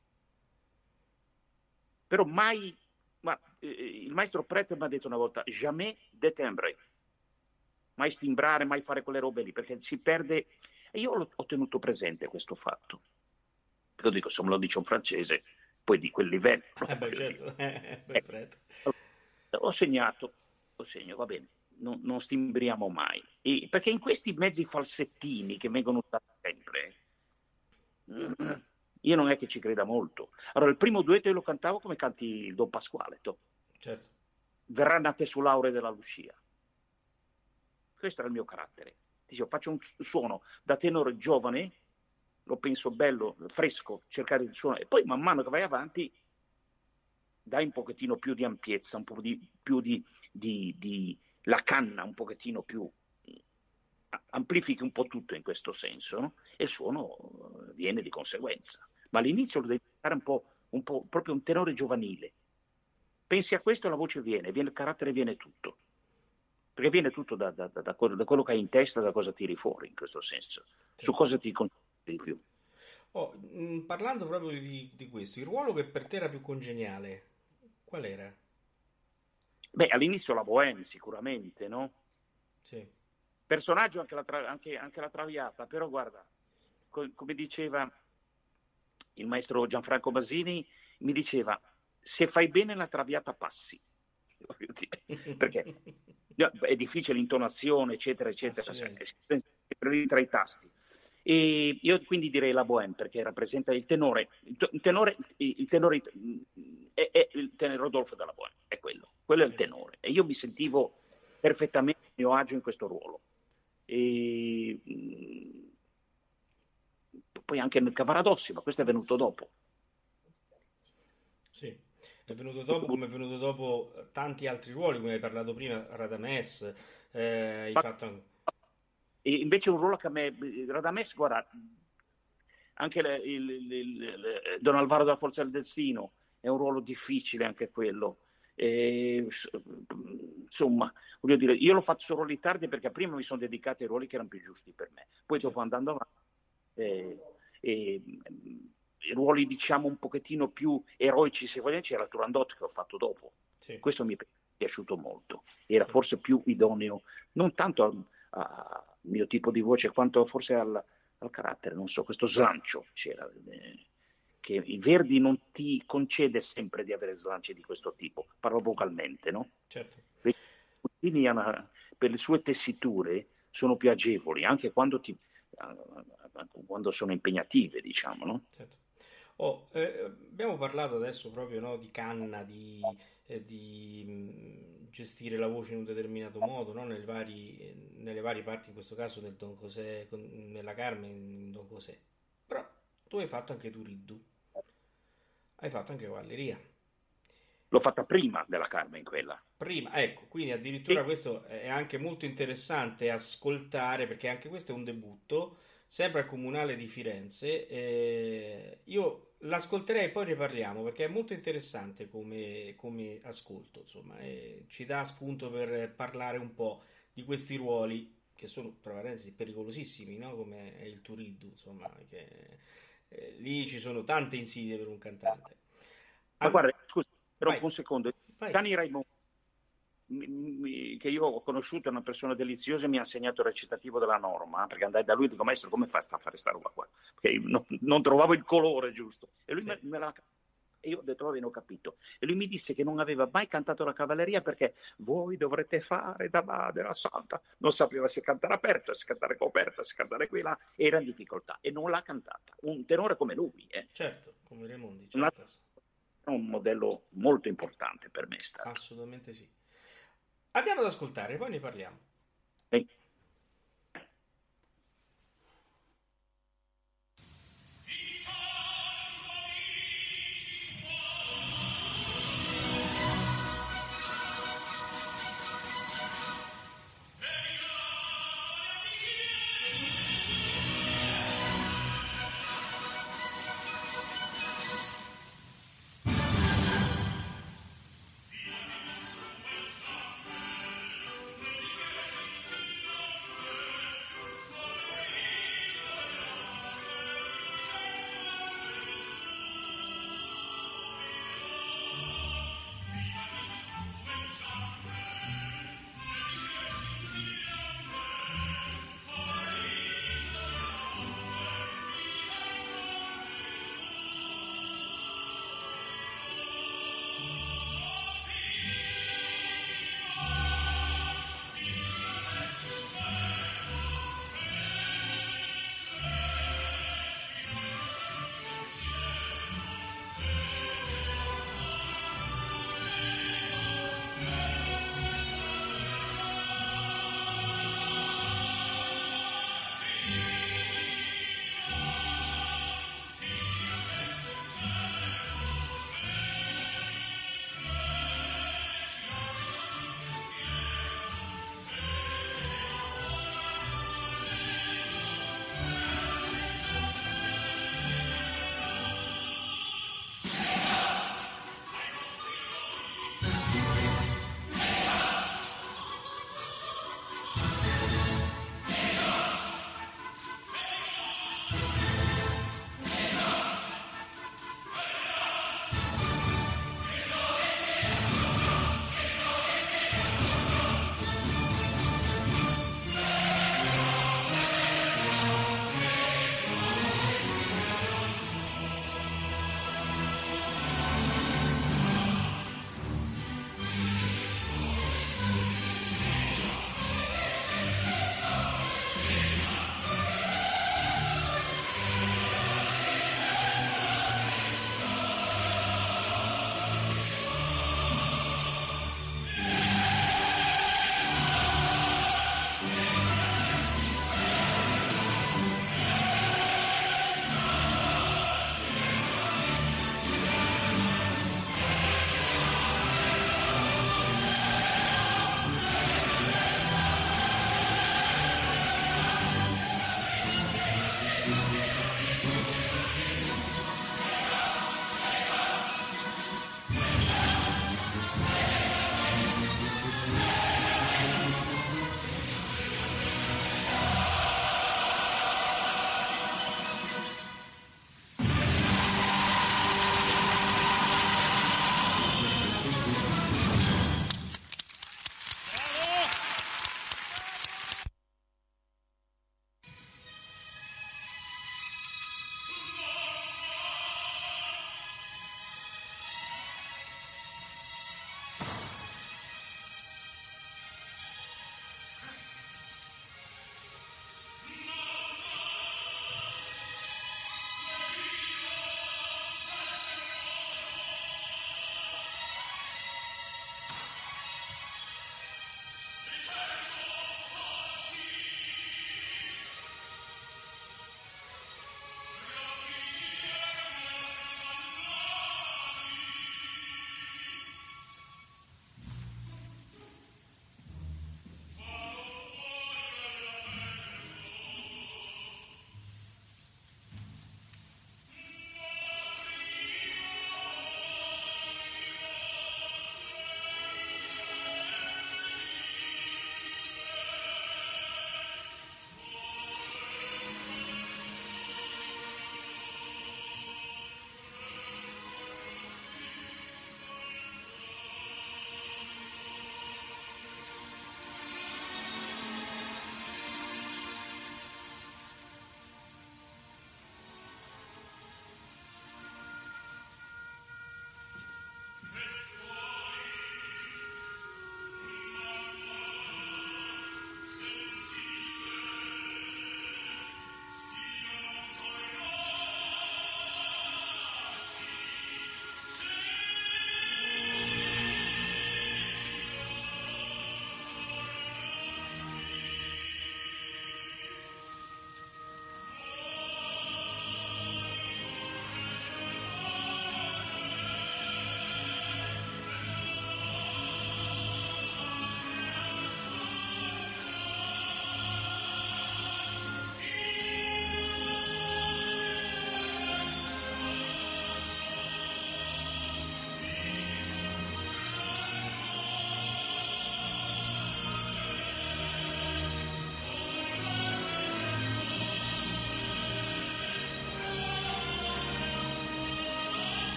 Però mai, ma, eh, il maestro Pret mi ha detto una volta, jamais de timbre, mai stimbrare, mai fare quelle robe lì, perché si perde, e io l'ho, ho tenuto presente questo fatto. Io dico, se me lo dice un francese, poi di quel livello. No? Eh beh, certo. Eh, beh, Pret. Ho segnato, ho segnato, va bene, non, non stimbriamo mai. E, perché in questi mezzi falsettini che vengono usati sempre, io non è che ci creda molto. Allora, il primo duetto io lo cantavo come canti il Don Pasquale, to. Certo. Verrà nate su Laure della Lucia. Questo era il mio carattere. Dicevo, faccio un suono da tenore giovane, lo penso bello, fresco, cercare di suonare, e poi man mano che vai avanti dai un pochettino più di ampiezza, un po' di, più di, di, di la canna un pochettino più, amplifichi un po' tutto in questo senso, no? E il suono viene di conseguenza. Ma all'inizio lo devi fare un po', un po' proprio un tenore giovanile. Pensi a questo e la voce viene, viene il carattere, viene tutto. Perché viene tutto da, da, da, quello, da quello che hai in testa, da cosa tiri fuori in questo senso. Su cosa ti concentri di più. Oh, mh, parlando proprio di, di questo, il ruolo che per te era più congeniale, qual era? Beh, all'inizio la Bohème sicuramente, no? Sì. Personaggio anche la, tra, anche, anche la Traviata, però guarda, co- come diceva il maestro Gianfranco Basini, mi diceva, se fai bene la Traviata passi. Perché è difficile l'intonazione, eccetera, eccetera, è tra i tasti. E io quindi direi la Bohème, perché rappresenta il tenore, il tenore, il tenore è, è il tenore Rodolfo della Bohème, è quello, quello è il tenore. E io mi sentivo perfettamente a mio agio in questo ruolo. E poi anche nel Cavaradossi, ma questo è venuto dopo. Sì, è venuto dopo, come è venuto dopo tanti altri ruoli, come hai parlato prima, Radames, eh, hai ma, fatto... E invece un ruolo che a me, Radames, guarda, anche il, il, il, il Don Alvaro della Forza del Destino è un ruolo difficile anche quello. E, insomma, voglio dire, io l'ho fatto solo ruoli tardi perché prima mi sono dedicato ai ruoli che erano più giusti per me. Poi dopo andando avanti, eh, eh, i ruoli diciamo un pochettino più eroici, se vogliamo, c'era Turandot che ho fatto dopo. Sì. Questo mi è piaciuto molto. Era sì. forse più idoneo, non tanto al, al mio tipo di voce, quanto forse al, al carattere, non so, questo slancio c'era. Eh, che i Verdi non ti concede sempre di avere slanci di questo tipo, parlo vocalmente, no? Certo. Quindi una, per le sue tessiture sono più agevoli, anche quando, ti, quando sono impegnative, diciamo, no? Certo. Oh, eh, abbiamo parlato adesso proprio no, di canna, di, eh, di mh, gestire la voce in un determinato modo, no? Nelle, vari, nelle varie parti, in questo caso nel Don José, nella Carmen, in Don José. Però tu hai fatto anche Turiddu. Hai fatto anche cavalleria. L'ho fatta prima della Carmen quella. Prima, ecco, quindi addirittura sì. Questo è anche molto interessante ascoltare, perché anche questo è un debutto, sempre al Comunale di Firenze. Eh, io l'ascolterei e poi ne parliamo, perché è molto interessante come, come ascolto, insomma, eh, ci dà spunto per parlare un po' di questi ruoli, che sono, tra parentesi, pericolosissimi, no? Come è il Turiddu, insomma, che... Eh, lì ci sono tante insidie per un cantante. Ma guarda, scusa, però un secondo. Gianni Raimondi, che io ho conosciuto, è una persona deliziosa, mi ha insegnato il recitativo della norma, perché andai da lui e dico, maestro, come fa a fare sta roba qua? Perché non, non trovavo il colore giusto. E lui sì. me, me l'ha e io ho detto, va bene, ho capito. E lui mi disse che non aveva mai cantato la cavalleria perché voi dovrete fare da madre la santa. Non sapeva se cantare aperto, se cantare coperto, se cantare qui là. Era in difficoltà e non l'ha cantata. Un tenore come lui. Eh. Certo, come Raimondi. Certo. È un modello molto importante per me. Stato. Assolutamente sì. Andiamo ad ascoltare, poi ne parliamo. Eh.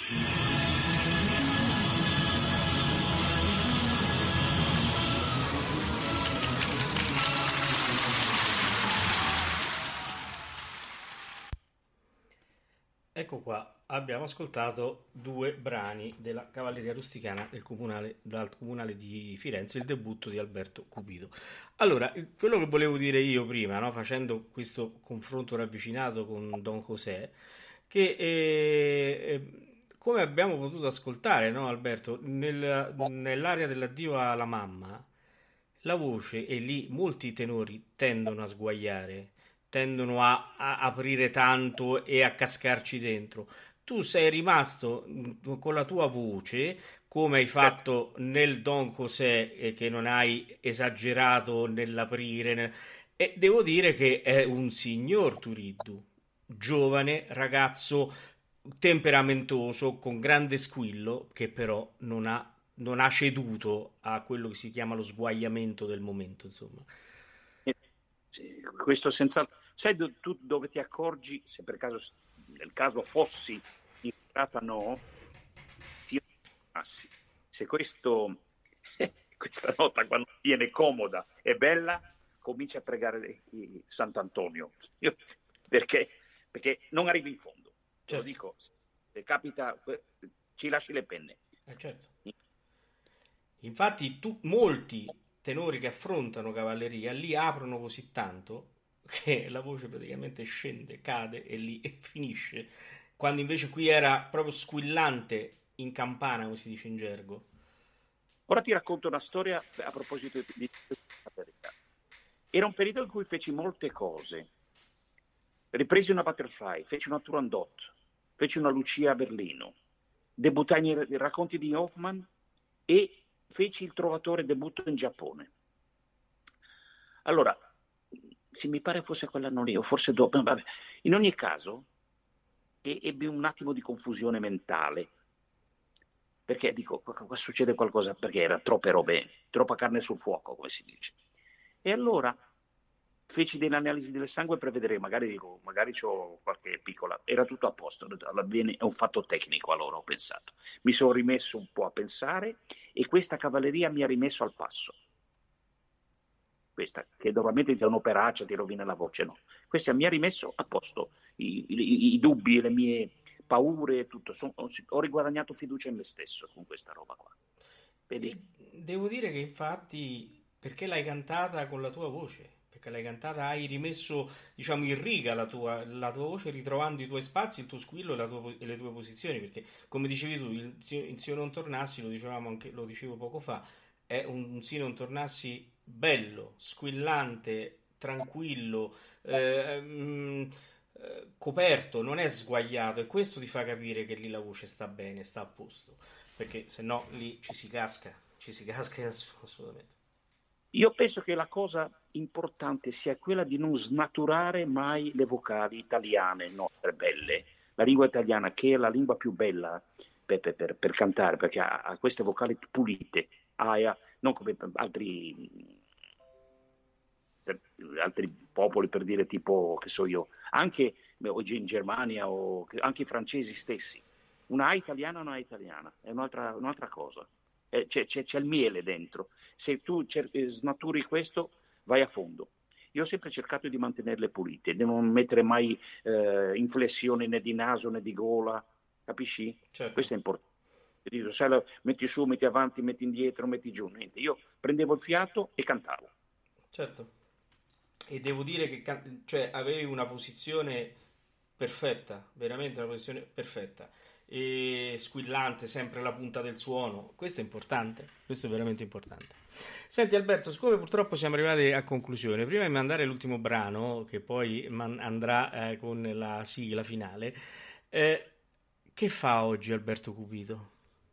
Ecco qua, abbiamo ascoltato due brani della Cavalleria Rusticana del comunale, dal comunale di Firenze, il debutto di Alberto Cupido. Allora, quello che volevo dire io prima, no, facendo questo confronto ravvicinato con Don José, che eh, come abbiamo potuto ascoltare, no, Alberto, nel, nell'area dell'addio alla mamma, la voce, e lì molti tenori tendono a sguaiare, tendono a, a aprire tanto e a cascarci dentro. Tu sei rimasto mh, con la tua voce, come hai fatto nel Don José, eh, che non hai esagerato nell'aprire. nel- E devo dire che è un signor Turiddu, giovane, ragazzo, temperamentoso, con grande squillo, che però non ha, non ha ceduto a quello che si chiama lo sguaiamento del momento, insomma. Eh, sì, questo senz'altro. Sai do- tu dove ti accorgi, se per caso, nel caso fossi infiltrata o no, ti assi. Se questo, questa nota quando viene comoda e bella, comincia a pregare il Sant'Antonio. Io- perché, perché non arrivi in fondo. Te lo Certo, dico, se capita, ci lasci le penne. eh, certo. Infatti, tu, molti tenori che affrontano cavalleria lì aprono così tanto che la voce praticamente scende, cade e lì finisce. Quando invece qui era proprio squillante in campana, come si dice in gergo. Ora ti racconto una storia a proposito di cavalleria. Era un periodo in cui feci molte cose. Ripresi una Butterfly, feci una Turandot, feci una Lucia a Berlino, debuttai nei racconti di Hoffman e feci il Trovatore debutto in Giappone. Allora, se mi pare fosse quell'anno lì, o forse dopo, vabbè. In ogni caso, e- ebbi un attimo di confusione mentale, perché dico, qua, qua succede qualcosa, perché era troppe robe, troppa carne sul fuoco, come si dice. E allora feci delle analisi del sangue per vedere, magari dico, magari c'ho qualche piccola, era tutto a posto, alla bene, è un fatto tecnico, allora ho pensato. Mi sono rimesso un po' a pensare e questa cavalleria mi ha rimesso al passo. Questa, che normalmente ti dà un'operaccia, ti rovina la voce, no. Questa mi ha rimesso a posto i, i, i dubbi, le mie paure e tutto. Son- ho, ho riguadagnato fiducia in me stesso con questa roba qua. Vedi? E devo dire che infatti, perché l'hai cantata con la tua voce, perché l'hai cantata, hai rimesso, diciamo, in riga la tua, la tua voce, ritrovando i tuoi spazi, il tuo squillo e, la tua- e le tue posizioni, perché come dicevi tu, il, in Se io non tornassi, lo dicevamo anche, lo dicevo poco fa, è un Se io non tornassi bello, squillante, tranquillo, eh, mm, eh, coperto, non è sguaiato, e questo ti fa capire che lì la voce sta bene, sta a posto, perché se no lì ci si casca, ci si casca ass- assolutamente. Io penso che la cosa importante sia quella di non snaturare mai le vocali italiane nostre belle. La lingua italiana, che è la lingua più bella per, per- per- per cantare, perché ha, ha queste vocali pulite, ha- ha- non come altri, per- altri popoli, per dire tipo, che so io, anche oggi in Germania o che- anche i francesi stessi. Una A italiana e una A italiana, è un'altra, un'altra cosa. Eh, c'è, c'è- c'è il miele dentro. Se tu cer- eh, snaturi questo, vai a fondo. Io ho sempre cercato di mantenerle pulite, di non mettere mai eh, inflessioni né di naso né di gola, capisci? Certo, Questo è importante. Dico, sai, la- metti su, metti avanti, metti indietro, metti giù, niente. Io prendevo il fiato e cantavo. certo. E devo dire che can- cioè, avevi una posizione perfetta, veramente una posizione perfetta. E squillante, sempre la punta del suono. Questo è importante, questo è veramente importante. Senti Alberto, siccome purtroppo siamo arrivati a conclusione, prima di mandare l'ultimo brano, che poi man- andrà eh, con la sigla finale, eh, che fa oggi Alberto Cupido?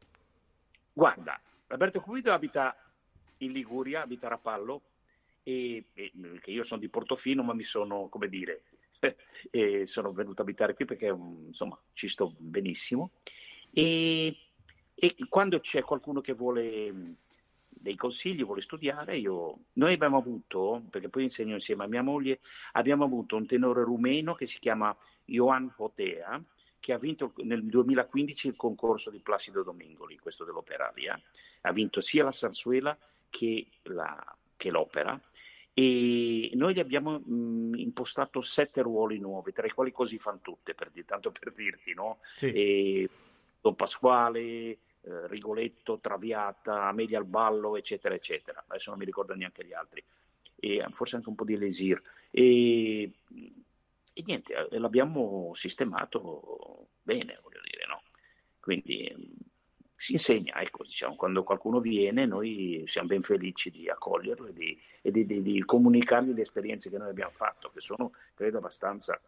Guarda, Alberto Cupido abita in Liguria, abita a Rapallo, e, e- che io sono di Portofino, ma mi sono, come dire, e sono venuto a abitare qui perché um, insomma ci sto benissimo. E, e quando c'è qualcuno che vuole mh, dei consigli, vuole studiare, io, noi abbiamo avuto, perché poi insegno insieme a mia moglie, abbiamo avuto un tenore rumeno che si chiama Ioan Hotea, che ha vinto nel duemilaquindici il concorso di Placido Domingoli, questo dell'Operalia. Ha vinto sia la zarzuela che, la, che l'opera, e noi gli abbiamo mh, impostato sette ruoli nuovi, tra i quali Così fan tutte, per dir, tanto per dirti, no? Sì. E Don Pasquale, eh, Rigoletto, Traviata, Amelia al ballo, eccetera, eccetera. Adesso non mi ricordo neanche gli altri. E forse anche un po' di Elesir. E, e niente, l'abbiamo sistemato bene, voglio dire, no? Quindi si insegna, ecco, diciamo, quando qualcuno viene noi siamo ben felici di accoglierlo e di, e di, di, di comunicargli le esperienze che noi abbiamo fatto, che sono, credo, abbastanza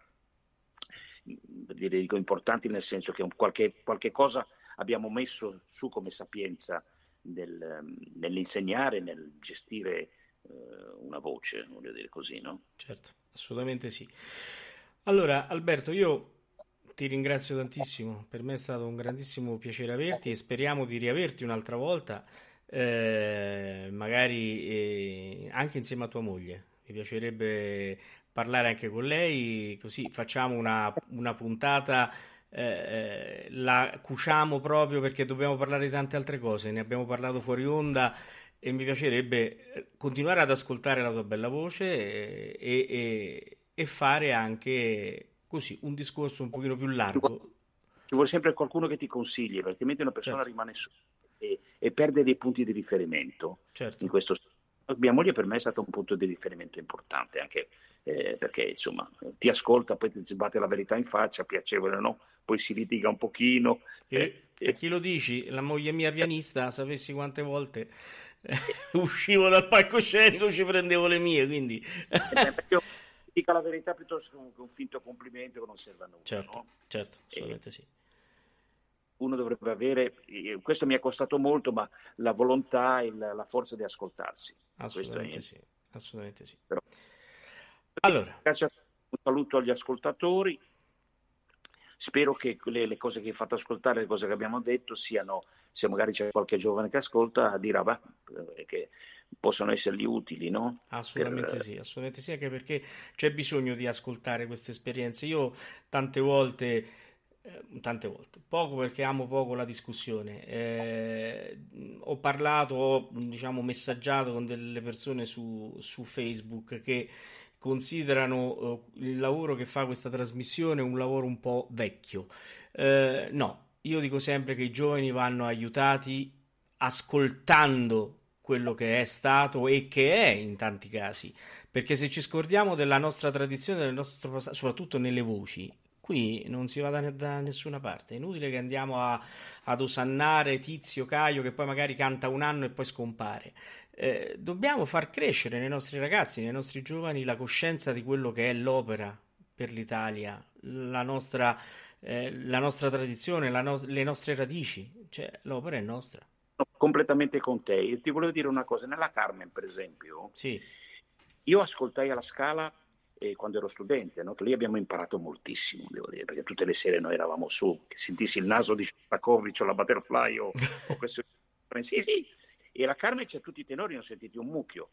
dico, importanti, nel senso che qualche, qualche cosa abbiamo messo su come sapienza del, nell'insegnare, nel gestire eh, una voce, voglio dire così, no? Certo, assolutamente sì. Allora, Alberto, io ti ringrazio tantissimo, per me è stato un grandissimo piacere averti e speriamo di riaverti un'altra volta, eh, magari eh, anche insieme a tua moglie. Mi piacerebbe parlare anche con lei, così facciamo una, una puntata, eh, la cuciamo proprio perché dobbiamo parlare di tante altre cose, ne abbiamo parlato fuori onda e mi piacerebbe continuare ad ascoltare la tua bella voce e, e, e fare anche così un discorso un pochino più largo. Ci vuole sempre qualcuno che ti consigli, perché altrimenti una persona Certo. rimane sola e, e perde dei punti di riferimento. Certo. In questo mia moglie per me è stato un punto di riferimento importante, anche eh, perché insomma ti ascolta, poi ti sbatte la verità in faccia, piacevole o no, poi si litiga un pochino. E eh, a chi lo dici? La moglie mia pianista, sapessi quante volte eh, uscivo dal palcoscenico, ci prendevo le mie, quindi eh, io dico la verità piuttosto che un finto complimento che non serve a nulla. certo, No? certo, assolutamente sì. Uno dovrebbe avere, questo mi è costato molto, ma la volontà e la, la forza di ascoltarsi. Assolutamente Questo è, sì, assolutamente sì. però. Allora, Grazie a tutti, un saluto agli ascoltatori. Spero che le, le cose che hai fatto ascoltare, le cose che abbiamo detto, siano, se magari c'è qualche giovane che ascolta, dirà, bah, che possono essergli utili, no? assolutamente Per... sì, assolutamente sì, anche perché c'è bisogno di ascoltare queste esperienze. Io tante volte, eh, tante volte, poco perché amo poco la discussione, eh, ho parlato, ho diciamo messaggiato con delle persone su, su Facebook che considerano eh, il lavoro che fa questa trasmissione un lavoro un po' vecchio. Eh, no, io dico sempre che i giovani vanno aiutati ascoltando quello che è stato e che è in tanti casi, perché se ci scordiamo della nostra tradizione, del nostro passato, soprattutto nelle voci, qui non si va da, da nessuna parte. È inutile che andiamo a, ad osannare Tizio Caio che poi magari canta un anno e poi scompare. Eh, dobbiamo far crescere nei nostri ragazzi, nei nostri giovani, la coscienza di quello che è l'opera per l'Italia, la nostra, eh, la nostra tradizione, la no- le nostre radici. Cioè, l'opera è nostra. completamente con te. Io ti volevo dire una cosa, nella Carmen per esempio, Sì, io ascoltai alla Scala eh, quando ero studente, no? Che lì abbiamo imparato moltissimo, devo dire, perché tutte le sere noi eravamo su, che sentissi il naso di Shostakovich o la Butterfly o, o questo... Sì, sì, e la Carmen c'è tutti i tenori, ne ho sentiti un mucchio.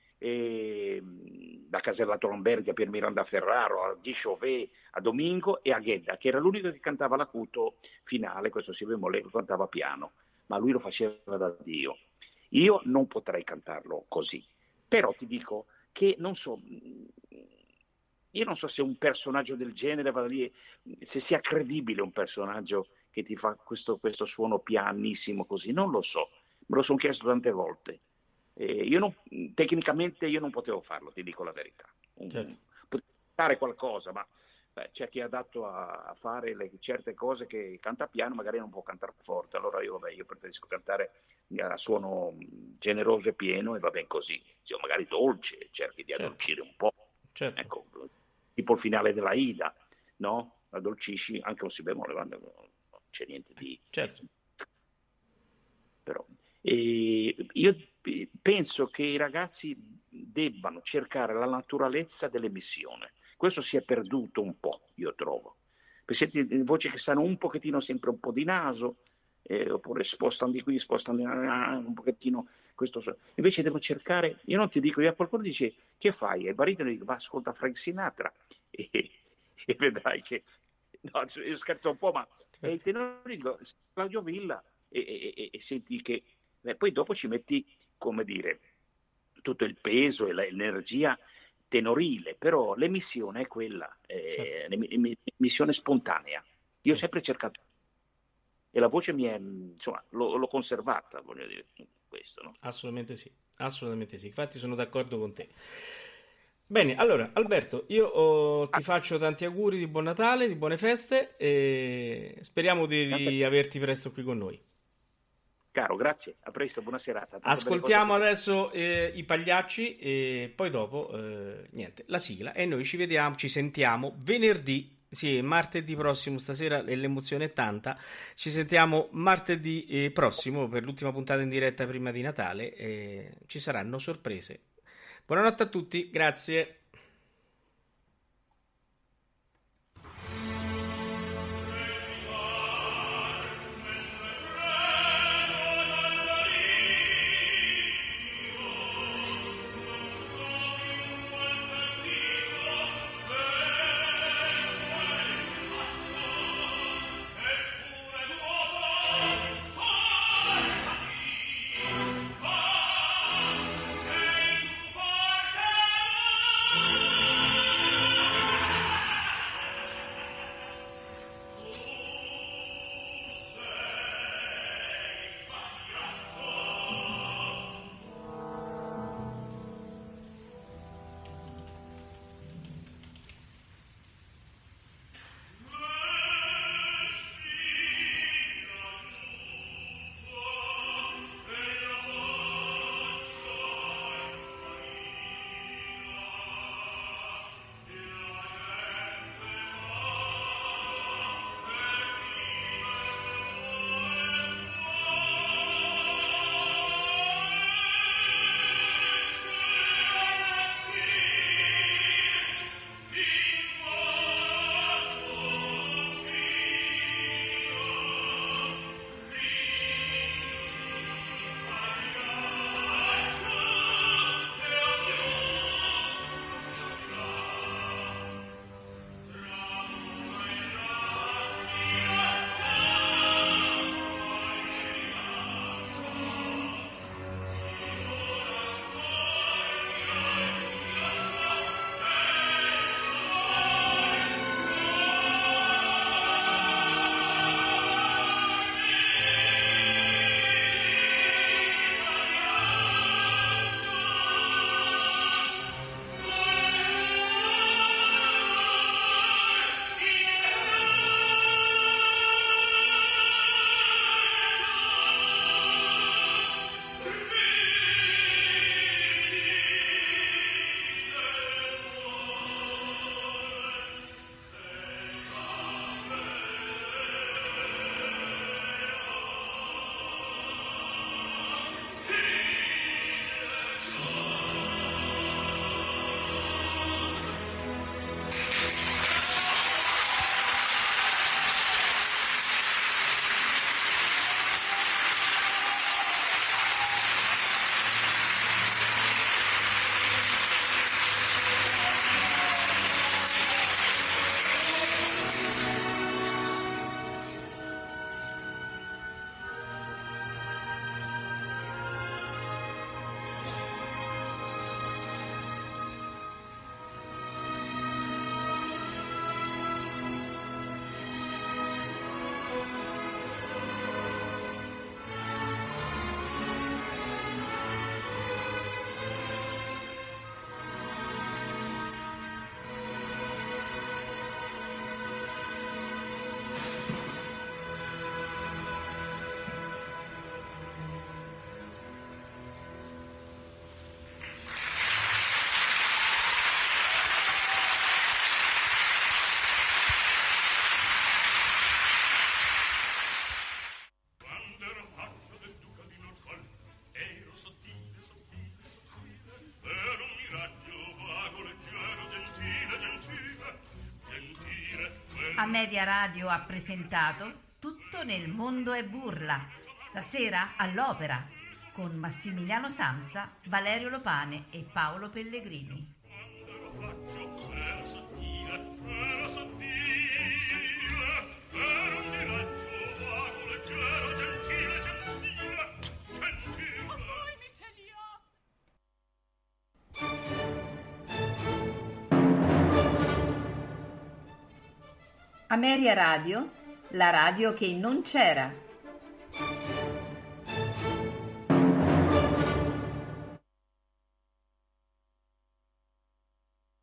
E, da Casella Tromberti a Pier Miranda Ferraro, a Guy Chauvet, a Domingo e a Ghedda, che era l'unico che cantava l'acuto finale, questo si vede che cantava piano, ma lui lo faceva da Dio. Io non potrei cantarlo così, però ti dico che non so, io non so se un personaggio del genere vada lì, se sia credibile un personaggio che ti fa questo, questo suono pianissimo così, non lo so, me lo sono chiesto tante volte. Eh, io non, tecnicamente io non potevo farlo, ti dico la verità. certo. Potevo fare qualcosa, ma beh, c'è chi è adatto a, a fare le, certe cose che canta piano, magari non può cantare forte. Allora io, vabbè, io preferisco cantare a suono generoso e pieno e va ben così. Cioè, magari dolce, cerchi di Certo. addolcire un po'. Certo. Ecco, tipo il finale della Ida, no? Addolcisci anche un si bemolle, non c'è niente di... Certo. Però... E io penso che i ragazzi debbano cercare la naturalezza dell'emissione. Questo si è perduto un po', io trovo. Senti voci che sanno un pochettino sempre un po' di naso, eh, oppure spostano di qui, spostano di là, un pochettino. Questo so. Invece devo cercare, io non ti dico, io a qualcuno dice che fai? E il baritono dice, va, ascolta Frank Sinatra e, e vedrai che No, io scherzo un po', ma e i tenori dico Claudio Villa e, e- e- e senti che eh, poi dopo ci metti, come dire, tutto il peso e la- l'energia tenorile, però l'emissione è quella, eh, l'em- l'emissione spontanea. Io ho Sì. sempre cercato e la voce mi è, insomma, l'ho, l'ho conservata, voglio dire, questo, no? Assolutamente sì, assolutamente sì. Infatti sono d'accordo con te. Bene, allora Alberto, io oh, ti faccio tanti auguri di buon Natale, di buone feste e speriamo di, di averti presto qui con noi. Caro, grazie, a presto, buona serata. Tante Ascoltiamo belle cose. adesso eh, i Pagliacci e poi dopo, eh, niente, la sigla e noi ci vediamo, ci sentiamo venerdì, sì, martedì prossimo, stasera l'emozione è tanta, ci sentiamo martedì eh, prossimo per l'ultima puntata in diretta prima di Natale e ci saranno sorprese. Buonanotte a tutti, grazie. Amedia Radio ha presentato Tutto nel mondo è burla, stasera all'Opera, con Massimiliano Samsa, Valerio Lopane e Paolo Pellegrini. Era sottile, era sottile. Ameria Radio, la radio che non c'era.